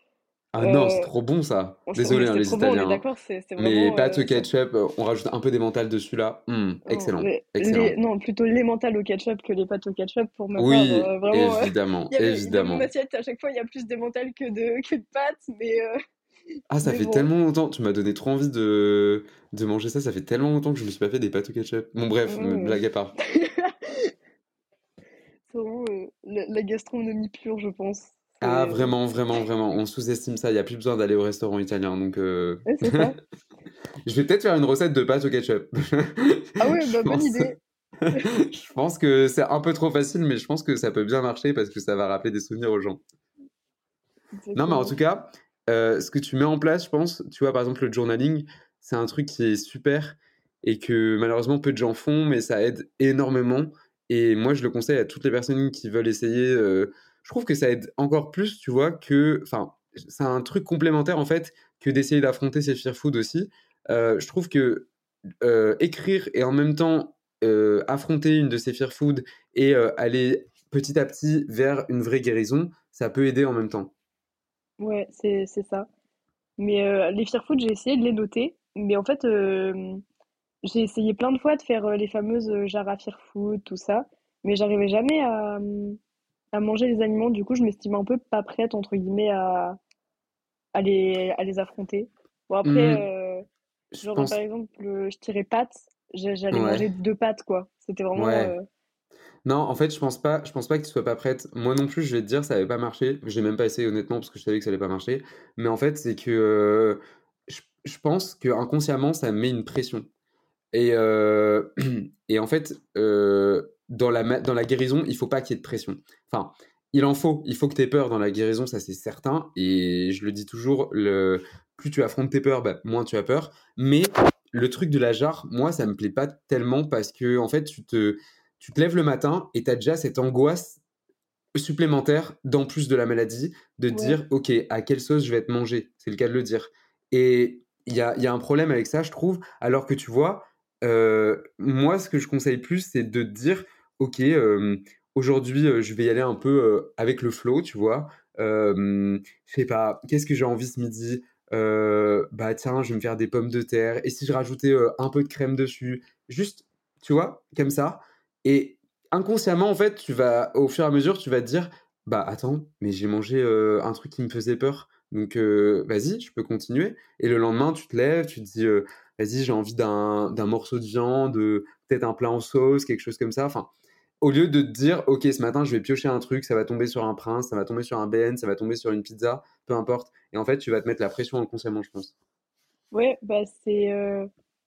Ah non, c'est heu, trop bon ça. on s Désolé, oui, hein, c'est les trop bon, on est Italiens, hein. d'accord, c'est c'est Mais vraiment, pâtes au heu, ça ketchup, heu, on rajoute un peu d'emmental dessus là. Mmh, non, excellent, les excellent. les non, plutôt l'emmental au ketchup que les pâtes au ketchup pour ma part, Oui, heu, vraiment, heu, évidemment, il y avait dans mon évidemment. assiette, à chaque fois, il y a plus d'emmental que de que de pâtes, mais heu, Ah, ça mais fait bon. tellement longtemps, tu m'as donné trop envie de de manger ça, ça fait tellement longtemps que je me suis pas fait des pâtes au ketchup. Bon bref, Ouais, mmh, ouais. blague à part. C'est vraiment, heu, la la gastronomie pure, je pense. Ah C'est vraiment, vraiment, vraiment, on sous-estime ça, il y a plus besoin d'aller au restaurant italien donc heu, ouais, c'est ça. je vais peut-être faire une recette de pâtes au ketchup. Ah ouais, Je bah, bonne pense idée. je pense que c'est un peu trop facile, mais je pense que ça peut bien marcher parce que ça va rappeler des souvenirs aux gens. Non, mais en Exactement. tout cas, heu, ce que tu mets en place, je pense, tu vois, par exemple, le journaling, c'est un truc qui est super et que malheureusement peu de gens font, mais ça aide énormément et moi, je le conseille à toutes les personnes qui veulent essayer, heu, je trouve que ça aide encore plus, tu vois, que, enfin, c'est un truc complémentaire en fait que d'essayer d'affronter ces fear food aussi. Euh, je trouve que euh, écrire et en même temps euh, affronter une de ces fear food et euh, aller petit à petit vers une vraie guérison, ça peut aider en même temps. Ouais, c'est c'est ça. Mais euh, les fear food, j'ai essayé de les noter. Mais en fait, euh, j'ai essayé plein de fois de faire euh, les fameuses euh, Jara fear food, tout ça. Mais j'arrivais jamais à, euh, à manger les aliments. Du coup, je m'estime un peu pas prête, entre guillemets, à, à les, à les affronter. Bon, après, Hmm, euh, je genre, par pense, exemple, euh, je tirais pâtes. J'ai- J'allais manger ouais, deux pâtes, quoi. C'était vraiment... ouais. euh, Non, en fait, je pense pas, je pense pas que tu sois pas prête. Moi non plus, je vais te dire, ça avait pas marché. J'ai même pas essayé honnêtement parce que je savais que ça allait pas marcher. Mais en fait, c'est que euh, je, je pense que inconsciemment, ça me met une pression. Et, euh, et en fait, euh, dans la, ma- dans la guérison, il faut pas qu'il y ait de pression. Enfin, il en faut. Il faut que tu aies peur dans la guérison, ça c'est certain. Et je le dis toujours, le, plus tu affrontes tes peurs, bah, moins tu as peur. Mais le truc de la jarre, moi, ça me plaît pas tellement parce que en fait, tu te, tu te lèves le matin et tu as déjà cette angoisse supplémentaire, d'en plus de la maladie, de te Ouais, dire, OK, à quelle sauce je vais être mangé? C'est le cas de le dire. Et il y a, il y a un problème avec ça, je trouve, alors que tu vois, euh, moi, ce que je conseille plus, c'est de te dire, OK, euh, aujourd'hui, euh, je vais y aller un peu euh, avec le flow, tu vois. Euh, je sais pas, qu'est-ce que j'ai envie ce midi? Euh, bah tiens, je vais me faire des pommes de terre. Et si je rajoutais euh, un peu de crème dessus? Juste, tu vois, comme ça. Et inconsciemment, en fait, tu vas, au fur et à mesure, tu vas te dire, bah attends, mais j'ai mangé euh, un truc qui me faisait peur, donc euh, vas-y, je peux continuer. Et le lendemain, tu te lèves, tu te dis, euh, vas-y, j'ai envie d'un d'un morceau de viande, euh, peut-être un plat en sauce, quelque chose comme ça. Enfin, au lieu de te dire, ok, ce matin, je vais piocher un truc, ça va tomber sur un prince, ça va tomber sur un B N, ça va tomber sur une pizza, peu importe. Et en fait, tu vas te mettre la pression inconsciemment, je pense. ouais, bah c'est... euh,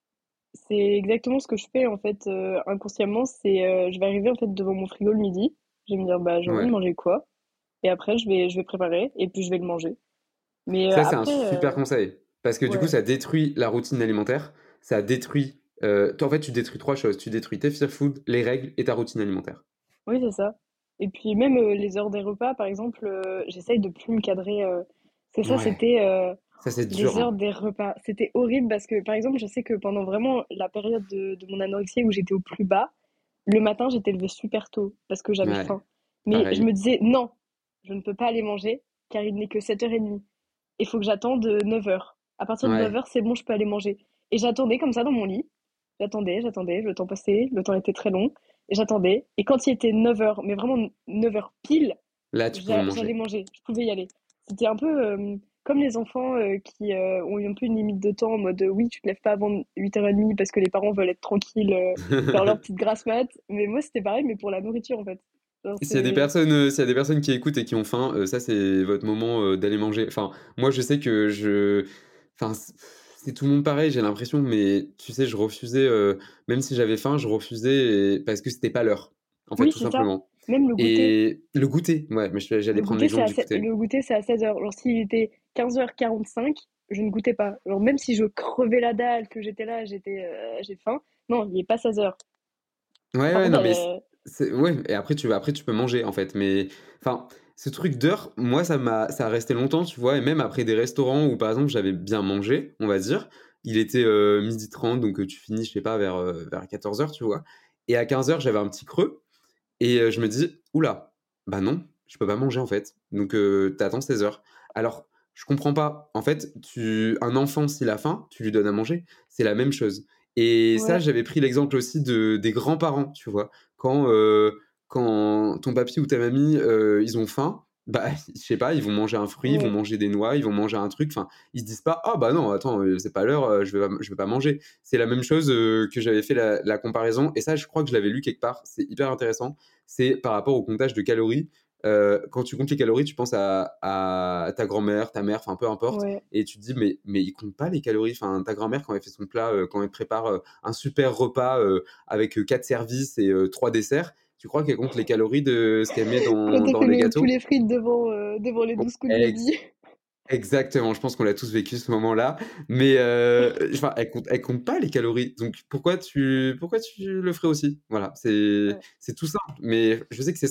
c'est exactement ce que je fais en fait euh, inconsciemment. C'est euh, je vais arriver en fait devant mon frigo le midi. Je vais me dire bah j'ai envie de Ouais. manger quoi. Et après je vais je vais préparer et puis je vais le manger. Mais euh, Ça, c'est un après super euh, conseil. Parce que du coup, ouais, ça détruit la routine alimentaire. Ça détruit. Euh, toi, en fait, tu détruis trois choses. Tu détruis tes fear food, les règles et ta routine alimentaire. oui c'est ça. Et puis même euh, les heures des repas par exemple, euh, j'essaye de plus me cadrer. euh, C'est ça, Ouais. c'était euh, Ça, c'est dur, les heures hein. des repas. C'était horrible parce que par exemple je sais que pendant vraiment la période de, de mon anorexie où j'étais au plus bas, le matin j'étais levée super tôt parce que j'avais Ouais. faim. Mais je me Pareil. disais non, je ne peux pas aller manger car il n'est que sept heures trente. Il faut que j'attende neuf heures. À partir de neuf Ouais. heures, c'est bon, je peux aller manger. Et j'attendais comme ça dans mon lit. J'attendais, j'attendais, le temps passait, le temps était très long. Et j'attendais. Et quand il était neuf heures, mais vraiment neuf heures pile, Là, tu pouvais j'a- j'allais manger. manger. Je pouvais y aller. C'était un peu euh, comme les enfants euh, qui euh, ont eu un peu une limite de temps en mode euh, oui, tu te lèves pas avant huit heures trente parce que les parents veulent être tranquilles, euh, faire leur petite grasse mat. Mais moi, c'était pareil, mais pour la nourriture en fait. Genre, S'il y a des c'est... personnes, euh, s'il y a des personnes qui écoutent et qui ont faim, euh, ça, c'est votre moment euh, d'aller manger. Enfin, moi, je sais que je. Enfin, c'est c'est tout le monde pareil, j'ai l'impression, mais tu sais, je refusais, euh, même si j'avais faim, je refusais et- parce que c'était pas l'heure, en fait, Oui, tout c'est ça. simplement. Même le goûter. Et le goûter, ouais, mais je- j'allais Le prendre goûter, c'est l'exemple à, du se- goûter. le goûter, c'est à seize heures. Genre, s'il était quinze heures quarante-cinq, je ne goûtais pas. Genre, même si je crevais la dalle, que j'étais là, j'étais, euh, j'ai faim. Non, il n'est pas seize heures. Ouais, Par ouais, contre, non, mais c'est, euh, c'est- ouais, et après tu, après tu peux manger en fait, mais enfin, ce truc d'heure, moi ça m'a, ça a resté longtemps, tu vois, et même après des restaurants où par exemple j'avais bien mangé, on va dire, il était euh, midi trente, donc euh, tu finis, je sais pas, vers, euh, vers quatorze heures, tu vois, et à quinze heures j'avais un petit creux, et euh, je me dis, oula, bah non, je peux pas manger en fait, donc euh, t'attends seize heures. Alors, je comprends pas, en fait, tu, un enfant s'il a faim, tu lui donnes à manger, c'est la même chose. Et ça, ouais, j'avais pris l'exemple aussi de, des grands-parents, tu vois. Quand, euh, quand ton papy ou ta mamie, euh, ils ont faim, bah, je sais pas, ils vont manger un fruit, ils vont ouais, manger des noix, ils vont manger un truc. Enfin, ils se disent pas, ah bah non, attends, euh, c'est pas l'heure, euh, je vais pas, je vais pas manger. C'est la même chose euh, que j'avais fait la, la comparaison. Et ça, je crois que je l'avais lu quelque part. C'est hyper intéressant. C'est par rapport au comptage de calories. Euh, quand tu comptes les calories, tu penses à, à ta grand-mère, ta mère, enfin peu importe, ouais, et tu te dis mais mais il compte pas les calories. Enfin ta grand-mère quand elle fait son plat, euh, quand elle prépare euh, un super repas euh, avec euh, quatre services et euh, trois desserts, tu crois qu'elle compte les calories de ce qu'elle met quand dans, t'as dans fait les le gâteaux? poulet frites devant, euh, devant les Bon, douze coups de ex- midi. exactement. Je pense qu'on l'a tous vécu ce moment-là, mais euh, enfin elle compte elle compte pas les calories. Donc pourquoi tu pourquoi tu le ferais aussi? Voilà, c'est Ouais, c'est tout simple. Mais je sais que c'est simple.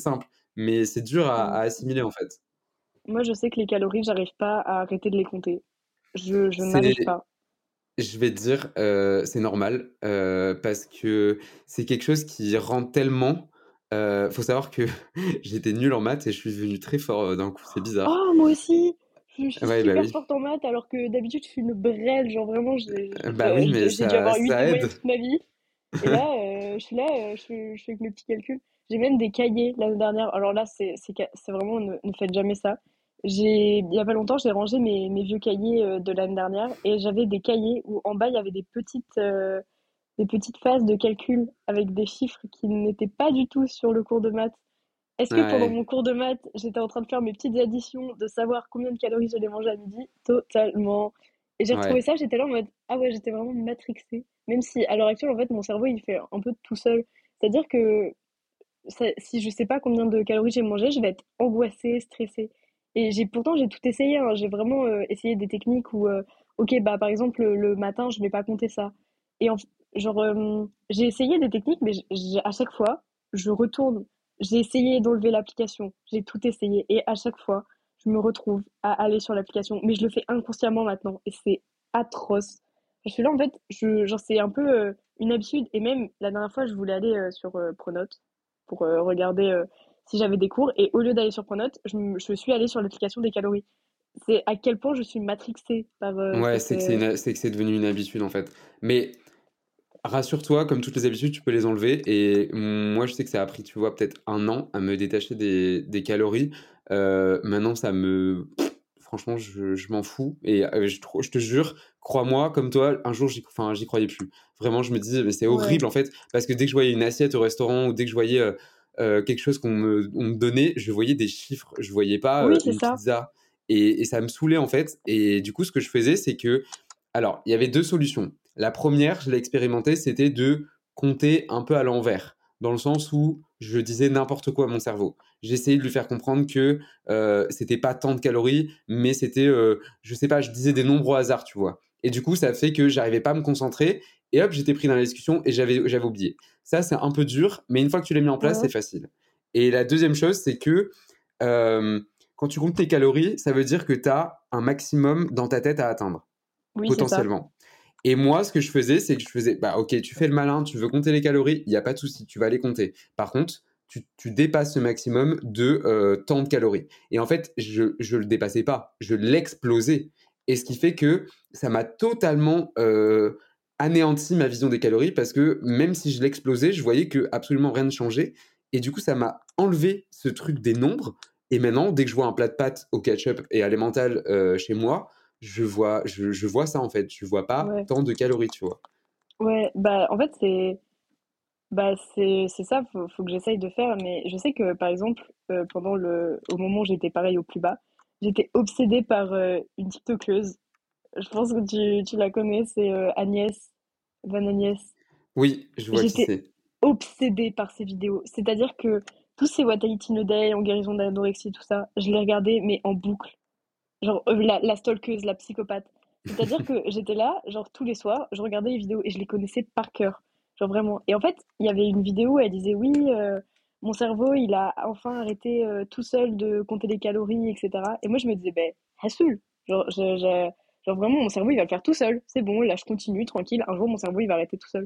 mais c'est dur à, Mm. à assimiler en fait. Moi, je sais que les calories, j'arrive pas à arrêter de les compter. Je, je C'est, n'arrive pas. je vais te dire, euh, c'est normal euh, parce que c'est quelque chose qui rend tellement. Euh, faut savoir que j'étais nul en maths et je suis devenu très fort euh, d'un coup, c'est bizarre. Oh, moi aussi! Je suis Ouais, bah super oui. forte en maths alors que d'habitude, je suis une brêle. Genre, vraiment, j'ai Euh, j'ai- Bah oui, mais j'ai- j'ai dû ça, avoir huit de ça aide. moyenne toute ma vie. Et là, euh, je suis là, euh, je, fais, je fais que mes petits calculs. J'ai même des cahiers l'année dernière. Alors là, c'est c'est ca- c'est vraiment, ne, ne faites jamais ça. J'ai, il y a pas longtemps, j'ai rangé mes, mes vieux cahiers euh, de l'année dernière et j'avais des cahiers où en bas, il y avait des petites, euh, des petites phases de calcul avec des chiffres qui n'étaient pas du tout sur le cours de maths. Est-ce que pendant Ouais, mon cours de maths, j'étais en train de faire mes petites additions, de savoir combien de calories j'allais manger à midi? Totalement. Et j'ai retrouvé ouais, ça, j'étais là en mode, ah ouais, j'étais vraiment matrixée. Même si à l'heure actuelle, en fait, mon cerveau, il fait un peu tout seul. C'est-à-dire que ça- si je sais pas combien de calories j'ai mangé, je vais être angoissée, stressée. Et j'ai pourtant j'ai tout essayé, hein. J'ai vraiment euh, essayé des techniques où, euh, ok, bah par exemple le, le matin, je vais pas compter ça. Et en, genre, euh, j'ai essayé des techniques, mais j- j'ai- à chaque fois, je retourne. J'ai essayé d'enlever l'application, j'ai tout essayé, et à chaque fois, je me retrouve à aller sur l'application. Mais je le fais inconsciemment maintenant, et c'est atroce. Je suis là en fait, je, genre c'est un peu euh, une habitude. Et même la dernière fois, je voulais aller euh, sur euh, Pronote pour euh, regarder euh, si j'avais des cours. Et au lieu d'aller sur Pronote, je, m- je suis allée sur l'application des calories. C'est à quel point je suis matrixée par euh, ouais, cette. c'est que c'est euh, une- c'est que c'est devenu une habitude en fait. Mais rassure-toi, comme toutes les habitudes, tu peux les enlever. Et moi, je sais que ça a pris, tu vois, peut-être un an à me détacher des, des calories. Euh, maintenant, ça me... pff, franchement, je, je m'en fous. Et euh, je, tro- je te jure, crois-moi, comme toi, un jour, j'y, enfin, j'y croyais plus. Vraiment, je me disais, mais c'est Ouais. horrible, en fait. Parce que dès que je voyais une assiette au restaurant ou dès que je voyais euh, euh, quelque chose qu'on me, on me donnait, je voyais des chiffres. Je voyais pas Oui, euh, c'est une ça. pizza. Et, et ça me saoulait, en fait. Et du coup, ce que je faisais, c'est que alors, il y avait deux solutions. La première, je l'ai expérimentée, c'était de compter un peu à l'envers, dans le sens où je disais n'importe quoi à mon cerveau. J'essayais de lui faire comprendre que euh, c'était pas tant de calories, mais c'était, euh, je sais pas, je disais des nombres au hasard, tu vois. Et du coup, ça fait que j'arrivais pas à me concentrer, et hop, j'étais pris dans la discussion et j'avais, j'avais oublié. Ça, c'est un peu dur, mais une fois que tu l'as mis en place, Ouais. c'est facile. Et la deuxième chose, c'est que euh, quand tu comptes tes calories, ça veut dire que tu as un maximum dans ta tête à atteindre Oui, c'est ça. potentiellement. Et moi, ce que je faisais, c'est que je faisais, bah ok, tu fais le malin, tu veux compter les calories, il n'y a pas de souci, tu vas les compter. Par contre, tu, tu dépasses ce maximum de euh, tant de calories. Et en fait, je ne le dépassais pas, je l'explosais. Et ce qui fait que ça m'a totalement euh, anéanti ma vision des calories parce que même si je l'explosais, je voyais que absolument rien ne changeait. Et du coup, ça m'a enlevé ce truc des nombres. Et maintenant, dès que je vois un plat de pâtes au ketchup et à l'emmental euh, chez moi, je vois, je, je vois ça en fait. Je vois pas Ouais. tant de calories, tu vois. Ouais. Bah, en fait, c'est. Bah, c'est c'est ça, faut, faut que j'essaye de faire. Mais je sais que, par exemple, euh, pendant le. Au moment où j'étais pareil au plus bas, j'étais obsédée par euh, une TikTokeuse. Je pense que tu, tu la connais, c'est euh, Agnès, Van Agnès. Oui, je vois qui J'étais c'est. obsédée par ces vidéos. C'est-à-dire que tous ces What I Eat in a Day en guérison d'anorexie, tout ça, je les regardais, mais en boucle. Genre, euh, la, la stalkeuse, la psychopathe. C'est-à-dire que j'étais là, genre, tous les soirs, je regardais les vidéos et je les connaissais par cœur. Genre, vraiment. Et en fait, il y avait une vidéo où elle disait, oui, euh, mon cerveau, il a enfin arrêté euh, tout seul de compter les calories, et cetera. Et moi, je me disais, ben, Hassoul. Genre, je- je- genre, vraiment, mon cerveau, il va le faire tout seul. C'est bon, là, je continue, tranquille. Un jour, mon cerveau, il va arrêter tout seul.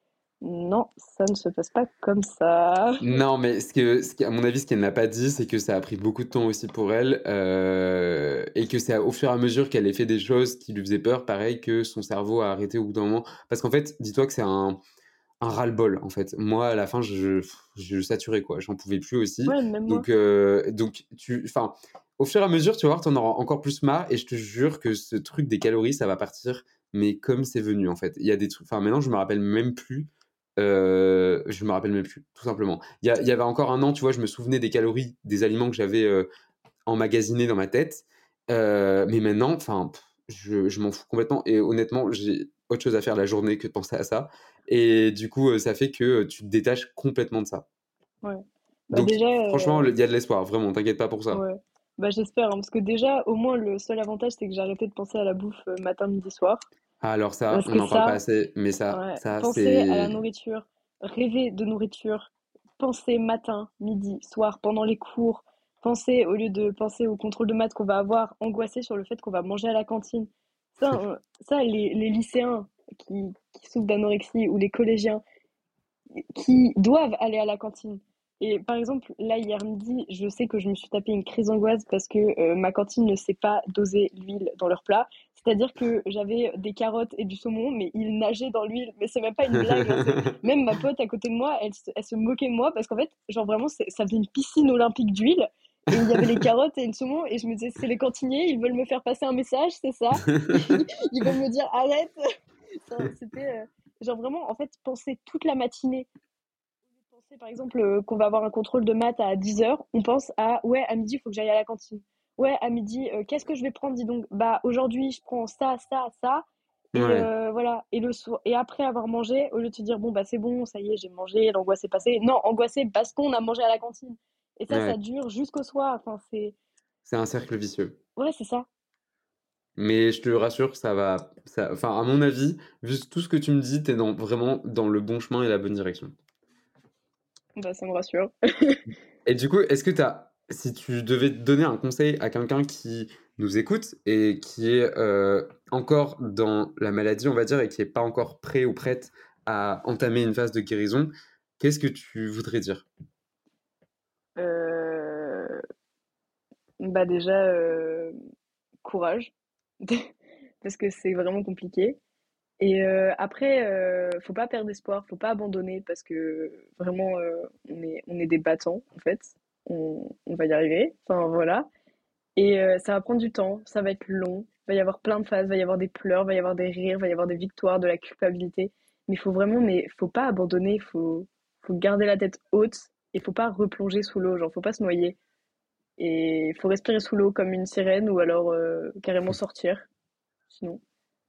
Non, ça ne se passe pas comme ça. Non, mais ce que, ce qui- à mon avis, ce qu'elle n'a pas dit, c'est que ça a pris beaucoup de temps aussi pour elle euh, et que c'est au fur et à mesure qu'elle ait fait des choses qui lui faisaient peur, pareil, que son cerveau a arrêté au bout d'un moment. Parce qu'en fait, dis-toi que c'est un, un ras-le-bol, en fait. Moi, à la fin, je, je saturais, quoi. J'en pouvais plus aussi. Ouais, même moi. Donc, euh, donc tu, enfin, au fur et à mesure, tu vas voir, t'en auras encore plus marre et je te jure que ce truc des calories, ça va partir, mais comme c'est venu, en fait. Il y a des trucs, enfin, maintenant, je me rappelle même plus. Euh, je me rappelle même plus, tout simplement. Il y, a- il y avait encore un an, tu vois, je me souvenais des calories des aliments que j'avais euh, emmagasinés dans ma tête. Euh, mais maintenant, enfin, pff, je, je m'en fous complètement. Et honnêtement, j'ai autre chose à faire la journée que de penser à ça. Et du coup, euh, ça fait que euh, tu te détaches complètement de ça. Ouais. Bah Donc, déjà, franchement, euh, il y a de l'espoir, vraiment, t'inquiète pas pour ça. ouais. Bah j'espère, hein, parce que déjà, au moins, le seul avantage, c'est que j'ai arrêté de penser à la bouffe euh, matin, midi, soir. Ah, alors ça, Parce on que n'en parle pas ça, assez, mais ça, ouais, ça, penser à la c'est... nourriture, rêver de nourriture, penser matin, midi, soir, pendant les cours, penser, au lieu de penser au contrôle de maths qu'on va avoir, angoisser sur le fait qu'on va manger à la cantine. Ça, on- ça les, les lycéens qui, qui souffrent d'anorexie ou les collégiens qui doivent aller à la cantine. Et par exemple, là, hier midi, je sais que je me suis tapé une crise d'angoisse parce que euh, ma cantine ne sait pas doser l'huile dans leur plat. C'est-à-dire que j'avais des carottes et du saumon, mais ils nageaient dans l'huile. Mais c'est même pas une blague, genre, c'est- même ma pote à côté de moi, elle, se- elle se moquait de moi parce qu'en fait, genre vraiment, c'est- ça faisait une piscine olympique d'huile. Et il y avait les carottes et le saumon, et je me disais, c'est les cantiniers, ils veulent me faire passer un message, c'est ça. Ils veulent me dire, arrête. Ça, C'était euh, genre vraiment, en fait, penser toute la matinée penser par exemple euh, qu'on va avoir un contrôle de maths à dix heures, on pense à ouais, à midi, il faut que j'aille à la cantine. Ouais, à midi, euh, qu'est-ce que je vais prendre, dis donc? Bah, aujourd'hui, je prends ça, ça, ça. Et Ouais, euh, voilà. Et, le soir, et après avoir mangé, au lieu de te dire, bon, bah, c'est bon, ça y est, j'ai mangé, l'angoisse est passée. Non, angoissé parce qu'on a mangé à la cantine. Et ça, ça ouais. dure jusqu'au soir. Enfin, c'est. C'est un cercle vicieux. Ouais, c'est ça. Mais je te rassure, ça va. Ça... Enfin, à mon avis, vu tout ce que tu me dis, t'es dans, vraiment dans le bon chemin et la bonne direction. Bah, ça me rassure. Et du coup, est-ce que t'as, si tu devais donner un conseil à quelqu'un qui nous écoute et qui est euh, encore dans la maladie, on va dire, et qui n'est pas encore prêt ou prête à entamer une phase de guérison, qu'est-ce que tu voudrais dire? Euh, Bah, déjà, euh, courage. Parce que c'est vraiment compliqué. Et euh, après, euh, faut pas perdre espoir, faut pas abandonner parce que vraiment, euh, on est, on est des battants en fait. On, on va y arriver. Enfin voilà. Et euh, ça va prendre du temps, ça va être long. Il va y avoir plein de phases, il va y avoir des pleurs, il va y avoir des rires, il va y avoir des victoires, de la culpabilité. Mais il faut vraiment, mais faut pas abandonner, faut, faut garder la tête haute et faut pas replonger sous l'eau, genre faut pas se noyer. Et faut respirer sous l'eau comme une sirène ou alors euh, carrément sortir. Sinon.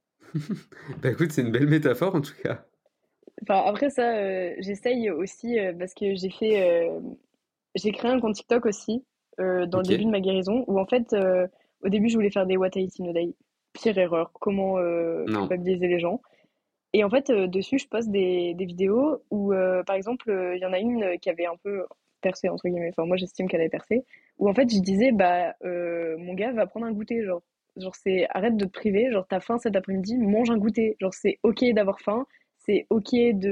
Bah écoute, c'est une belle métaphore en tout cas. Enfin, après ça, euh, j'essaye aussi euh, parce que j'ai fait, euh, j'ai créé un compte TikTok aussi euh, dans le Ok. début de ma guérison où en fait, euh, au début, je voulais faire des What I Eat in a Day. Pire erreur, comment euh, Non. culpabiliser les gens. Et en fait, euh, dessus, je poste des, des vidéos où, euh, par exemple, euh, il y en a une euh, qui avait un peu percé, entre guillemets. Enfin, moi, j'estime qu'elle avait percé. Où en fait, je disais, bah, euh, mon gars va prendre un goûter, genre. Genre, c'est arrête de te priver, genre, t'as faim cet après-midi, mange un goûter. Genre, c'est ok d'avoir faim, c'est ok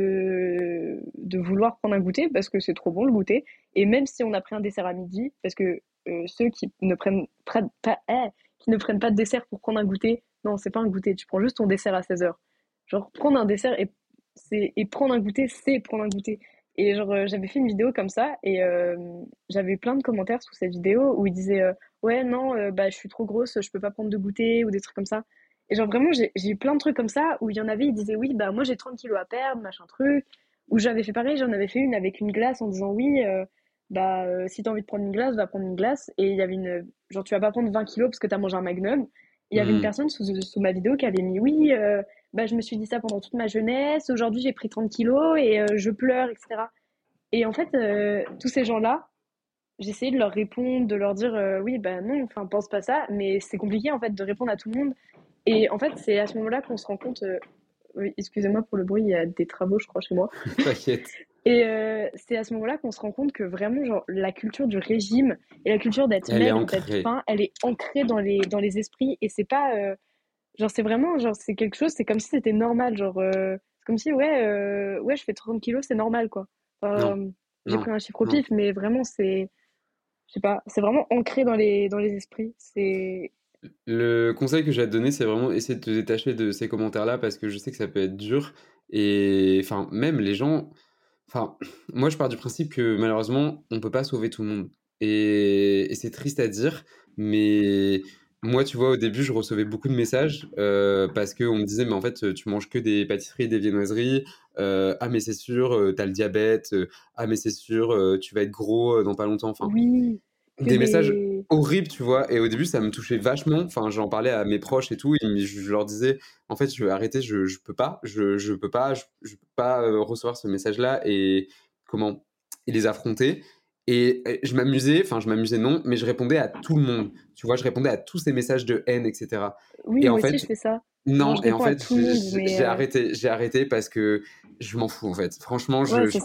de, de vouloir prendre un goûter parce que c'est trop bon le goûter. Et même si on a pris un dessert à midi, parce que euh, ceux qui ne prennent pas, pas eh, qui ne prennent pas de dessert pour prendre un goûter, non, c'est pas un goûter, tu prends juste ton dessert à seize heures. Genre, prendre un dessert et, c'est, et prendre un goûter, c'est prendre un goûter. Et genre, euh, j'avais fait une vidéo comme ça et euh, j'avais eu plein de commentaires sous cette vidéo où ils disaient euh, ouais, non, euh, bah, je suis trop grosse, je peux pas prendre de goûter ou des trucs comme ça. Et genre, vraiment, j'ai j'ai eu plein de trucs comme ça où il y en avait, ils disaient oui, bah, moi j'ai trente kilos à perdre, machin truc. Où j'avais fait pareil, j'en avais fait une avec une glace en disant oui, euh, bah, euh, si t'as envie de prendre une glace, va prendre une glace. Et il y avait une. Genre, tu vas pas prendre vingt kilos parce que t'as mangé un magnum. Et il y avait une Hmm. personne sous, sous ma vidéo qui avait mis oui. euh, bah, je me suis dit ça pendant toute ma jeunesse. Aujourd'hui, j'ai pris trente kilos et euh, je pleure, et cetera. Et en fait, euh, tous ces gens-là, j'essayais de leur répondre, de leur dire euh, oui, bah non, enfin, pense pas ça. Mais c'est compliqué en fait de répondre à tout le monde. Et en fait, c'est à ce moment-là qu'on se rend compte. euh, oui, excusez-moi pour le bruit, il y a des travaux, je crois, chez moi. T'inquiète. Et euh, c'est à ce moment-là qu'on se rend compte que vraiment, genre, la culture du régime et la culture d'être Elle est maigre, d'être ancrée. faim, elle est ancrée dans les, dans les esprits. Et c'est pas. euh, Genre, c'est vraiment, genre, c'est quelque chose, c'est comme si c'était normal. Genre, euh, c'est comme si, ouais, euh, ouais, je fais trente kilos, c'est normal, quoi. Non, Enfin, j'ai non, pris un chiffre au non. pif, mais vraiment, c'est, je sais pas, c'est vraiment ancré dans les, dans les esprits. C'est, Le conseil que j'ai à te donner, c'est vraiment essayer de te détacher de ces commentaires-là parce que je sais que ça peut être dur. Et enfin, même les gens. Enfin, moi, je pars du principe que malheureusement, on peut pas sauver tout le monde. Et, et c'est triste à dire, mais moi, tu vois, au début, je recevais beaucoup de messages euh, parce qu'on me disait, mais en fait, tu manges que des pâtisseries, des viennoiseries. Euh, ah, mais c'est sûr, euh, t'as le diabète. Euh, ah, mais c'est sûr, euh, tu vas être gros euh, dans pas longtemps. Enfin, oui, que des messages des, horribles, tu vois. Et au début, ça me touchait vachement. Enfin, j'en parlais à mes proches et tout. Et je, je leur disais, en fait, je vais arrêter, je, je peux pas, je, je peux pas, je, je peux pas euh, recevoir ce message-là et comment et les affronter. Et, et je m'amusais, enfin, je m'amusais non, mais je répondais à tout le monde. Tu vois, je répondais à tous ces messages de haine, et cetera. oui, Et en moi aussi, je fait, fais ça. Genre, non, je et en réponds à fait, tout le j'ai monde, mais, j'ai euh, arrêté, j'ai arrêté parce que je m'en fous, en fait. Franchement, ouais, je, c'est je peux. ça.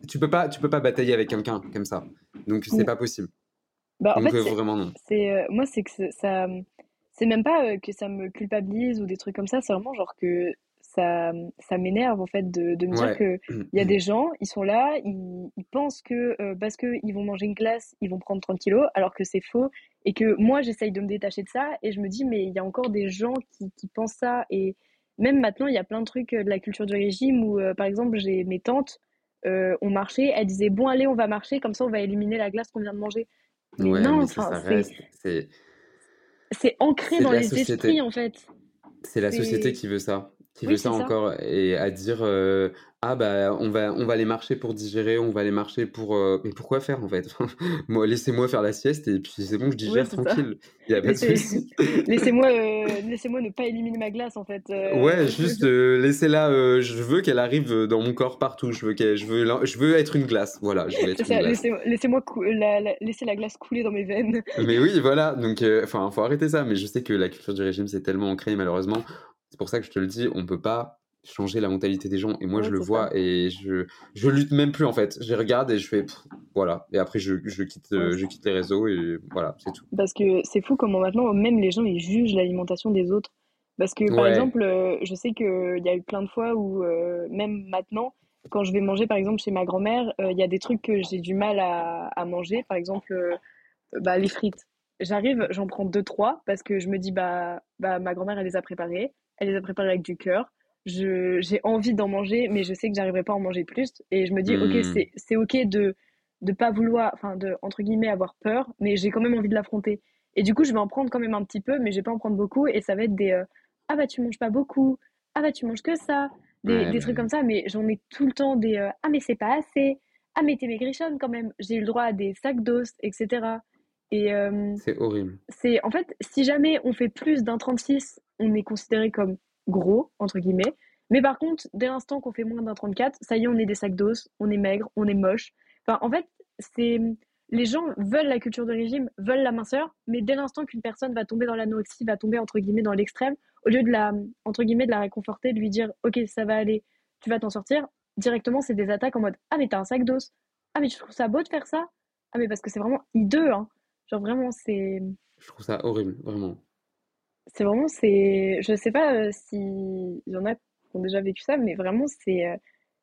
tu peux pas, tu peux pas batailler avec quelqu'un comme ça. Donc c'est Mm. pas possible. Bah, en Donc fait, euh, c'est, vraiment non. c'est, euh, moi, c'est que c'est- ça, c'est même pas euh, que ça me culpabilise ou des trucs comme ça, c'est vraiment genre que ça, ça m'énerve en fait de, de me dire Ouais. que il y a des gens, ils sont là, ils, ils pensent que euh, parce qu'ils vont manger une glace, ils vont prendre trente kilos, alors que c'est faux, et que moi, j'essaye de me détacher de ça, et je me dis, mais il y a encore des gens qui, qui pensent ça, et même maintenant, il y a plein de trucs euh, de la culture du régime où, euh, par exemple, j'ai mes tantes, euh, ont marché, elles disaient, bon, allez, on va marcher, comme ça, on va éliminer la glace qu'on vient de manger. Mais Ouais, non, mais ça, enfin, ça c'est reste. C'est, c'est ancré c'est dans la les esprits société. en fait. C'est la société C'est qui veut ça, qui veut oui, ça c'est ça. encore et à dire euh, ah bah on va on va aller marcher pour digérer, on va aller marcher pour euh, mais pourquoi faire en fait? Moi laissez-moi faire la sieste et puis c'est bon je Ouais, digère c'est ça. tranquille, il y a pas de Laissez souci. laissez-moi euh, laissez-moi ne pas éliminer ma glace en fait. Ouais, Euh, juste euh, laissez-la euh, je veux qu'elle arrive euh, dans mon corps partout, je veux qu'elle je veux l'en- je veux être une glace. Voilà, je veux c'est être une ça, glace. laissez laissez-moi cou- la, la- laisser la glace couler dans mes veines. Mais oui, voilà, donc euh, enfin faut arrêter ça, mais je sais que la culture du régime c'est tellement ancré malheureusement. C'est pour ça que je te le dis, on peut pas changer la mentalité des gens et moi Ouais, je le c'est ça. vois et je je lutte même plus en fait. Je les regarde et je fais pff, voilà et après je, je quitte Ouais, euh, je c'est- quitte les réseaux et voilà, c'est tout. Parce que c'est fou comment maintenant même les gens ils jugent l'alimentation des autres. Parce que par Ouais. exemple, euh, je sais qu'il y a eu plein de fois où euh, même maintenant, quand je vais manger par exemple chez ma grand-mère, euh, il y a des trucs que j'ai du mal à, à manger. Par exemple, euh, bah, les frites. J'arrive, j'en prends deux, trois parce que je me dis, bah, bah ma grand-mère, elle les a préparées. Elle les a préparées avec du cœur. Je, j'ai envie d'en manger, mais je sais que j'arriverai pas à en manger plus. Et je me dis, ok, Hmm. c'est, c'est ok de, de pas vouloir, enfin, de, entre guillemets, avoir peur, mais j'ai quand même envie de l'affronter. Et du coup, je vais en prendre quand même un petit peu, mais je vais pas en prendre beaucoup. Et ça va être des, euh, ah bah, tu manges pas beaucoup. Ah bah, tu manges que ça. Des, Ouais, des bah trucs comme oui. ça, mais j'en ai tout le temps des, euh, ah mais c'est pas assez. Ah mais t'es maigrichonne quand même. J'ai eu le droit à des sacs d'os, et cetera. Et euh, C'est horrible. c'est en fait, si jamais on fait plus d'un trente-six, on est considéré comme gros, entre guillemets. Mais par contre, dès l'instant qu'on fait moins d'un trente-quatre, ça y est, on est des sacs d'os, on est maigre, on est moche. Enfin, en fait, c'est les gens veulent la culture de régime, veulent la minceur, mais dès l'instant qu'une personne va tomber dans l'anorexie, va tomber entre guillemets dans l'extrême, au lieu de la entre guillemets de la réconforter, de lui dire OK, ça va aller, tu vas t'en sortir, directement c'est des attaques en mode ah mais t'as un sac d'os, ah mais tu trouves ça beau de faire ça, ah mais parce que c'est vraiment hideux, hein. Genre vraiment c'est Je trouve ça horrible, vraiment. c'est vraiment, c'est, je sais pas euh, si il y en a qui ont déjà vécu ça, mais vraiment, c'est, euh,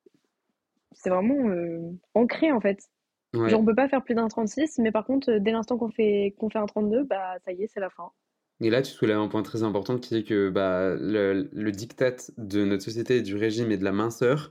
c'est vraiment euh, ancré en fait. Genre, on Ouais. peut pas faire plus d'un trente-six, mais par contre, euh, dès l'instant qu'on fait, qu'on fait un trente-deux, bah ça y est, c'est la fin. Et là, tu soulèves un point très important qui est que bah, le, le diktat de notre société, du régime et de la minceur,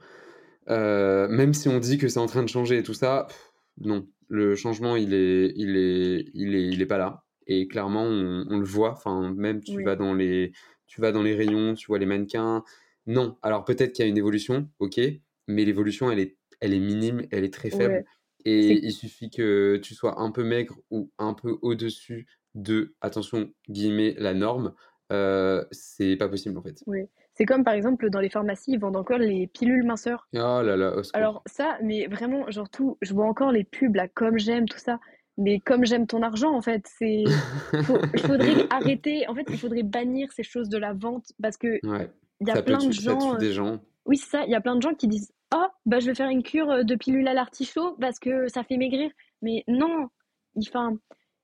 euh, même si on dit que c'est en train de changer et tout ça, pff, non. Le changement, il est, il est, il est, il est pas là. Et clairement, on, on le voit. Enfin, même tu Oui, vas dans les, tu vas dans les rayons, tu vois les mannequins. Non. Alors peut-être qu'il y a une évolution, ok, mais l'évolution, elle est, elle est minime, elle est très faible. ouais. Et C'est, il suffit que tu sois un peu maigre ou un peu au-dessus de, attention, guillemets, la norme, euh, c'est pas possible en fait. ouais. C'est comme par exemple dans les pharmacies, ils vendent encore les pilules minceurs. Oh là là, au Alors secours. ça, mais vraiment, genre tout, je vois encore les pubs là, comme j'aime, tout ça. Mais comme j'aime ton argent, en fait, c'est, faut, il faudrait arrêter, en fait, il faudrait bannir ces choses de la vente parce que Ouais, il y a ça peut plein de tu ça gens, tue euh, des gens. oui, c'est ça, il y a plein de gens qui disent, oh, bah je vais faire une cure euh, de pilule à l'artichaut parce que ça fait maigrir. Mais non, il, enfin,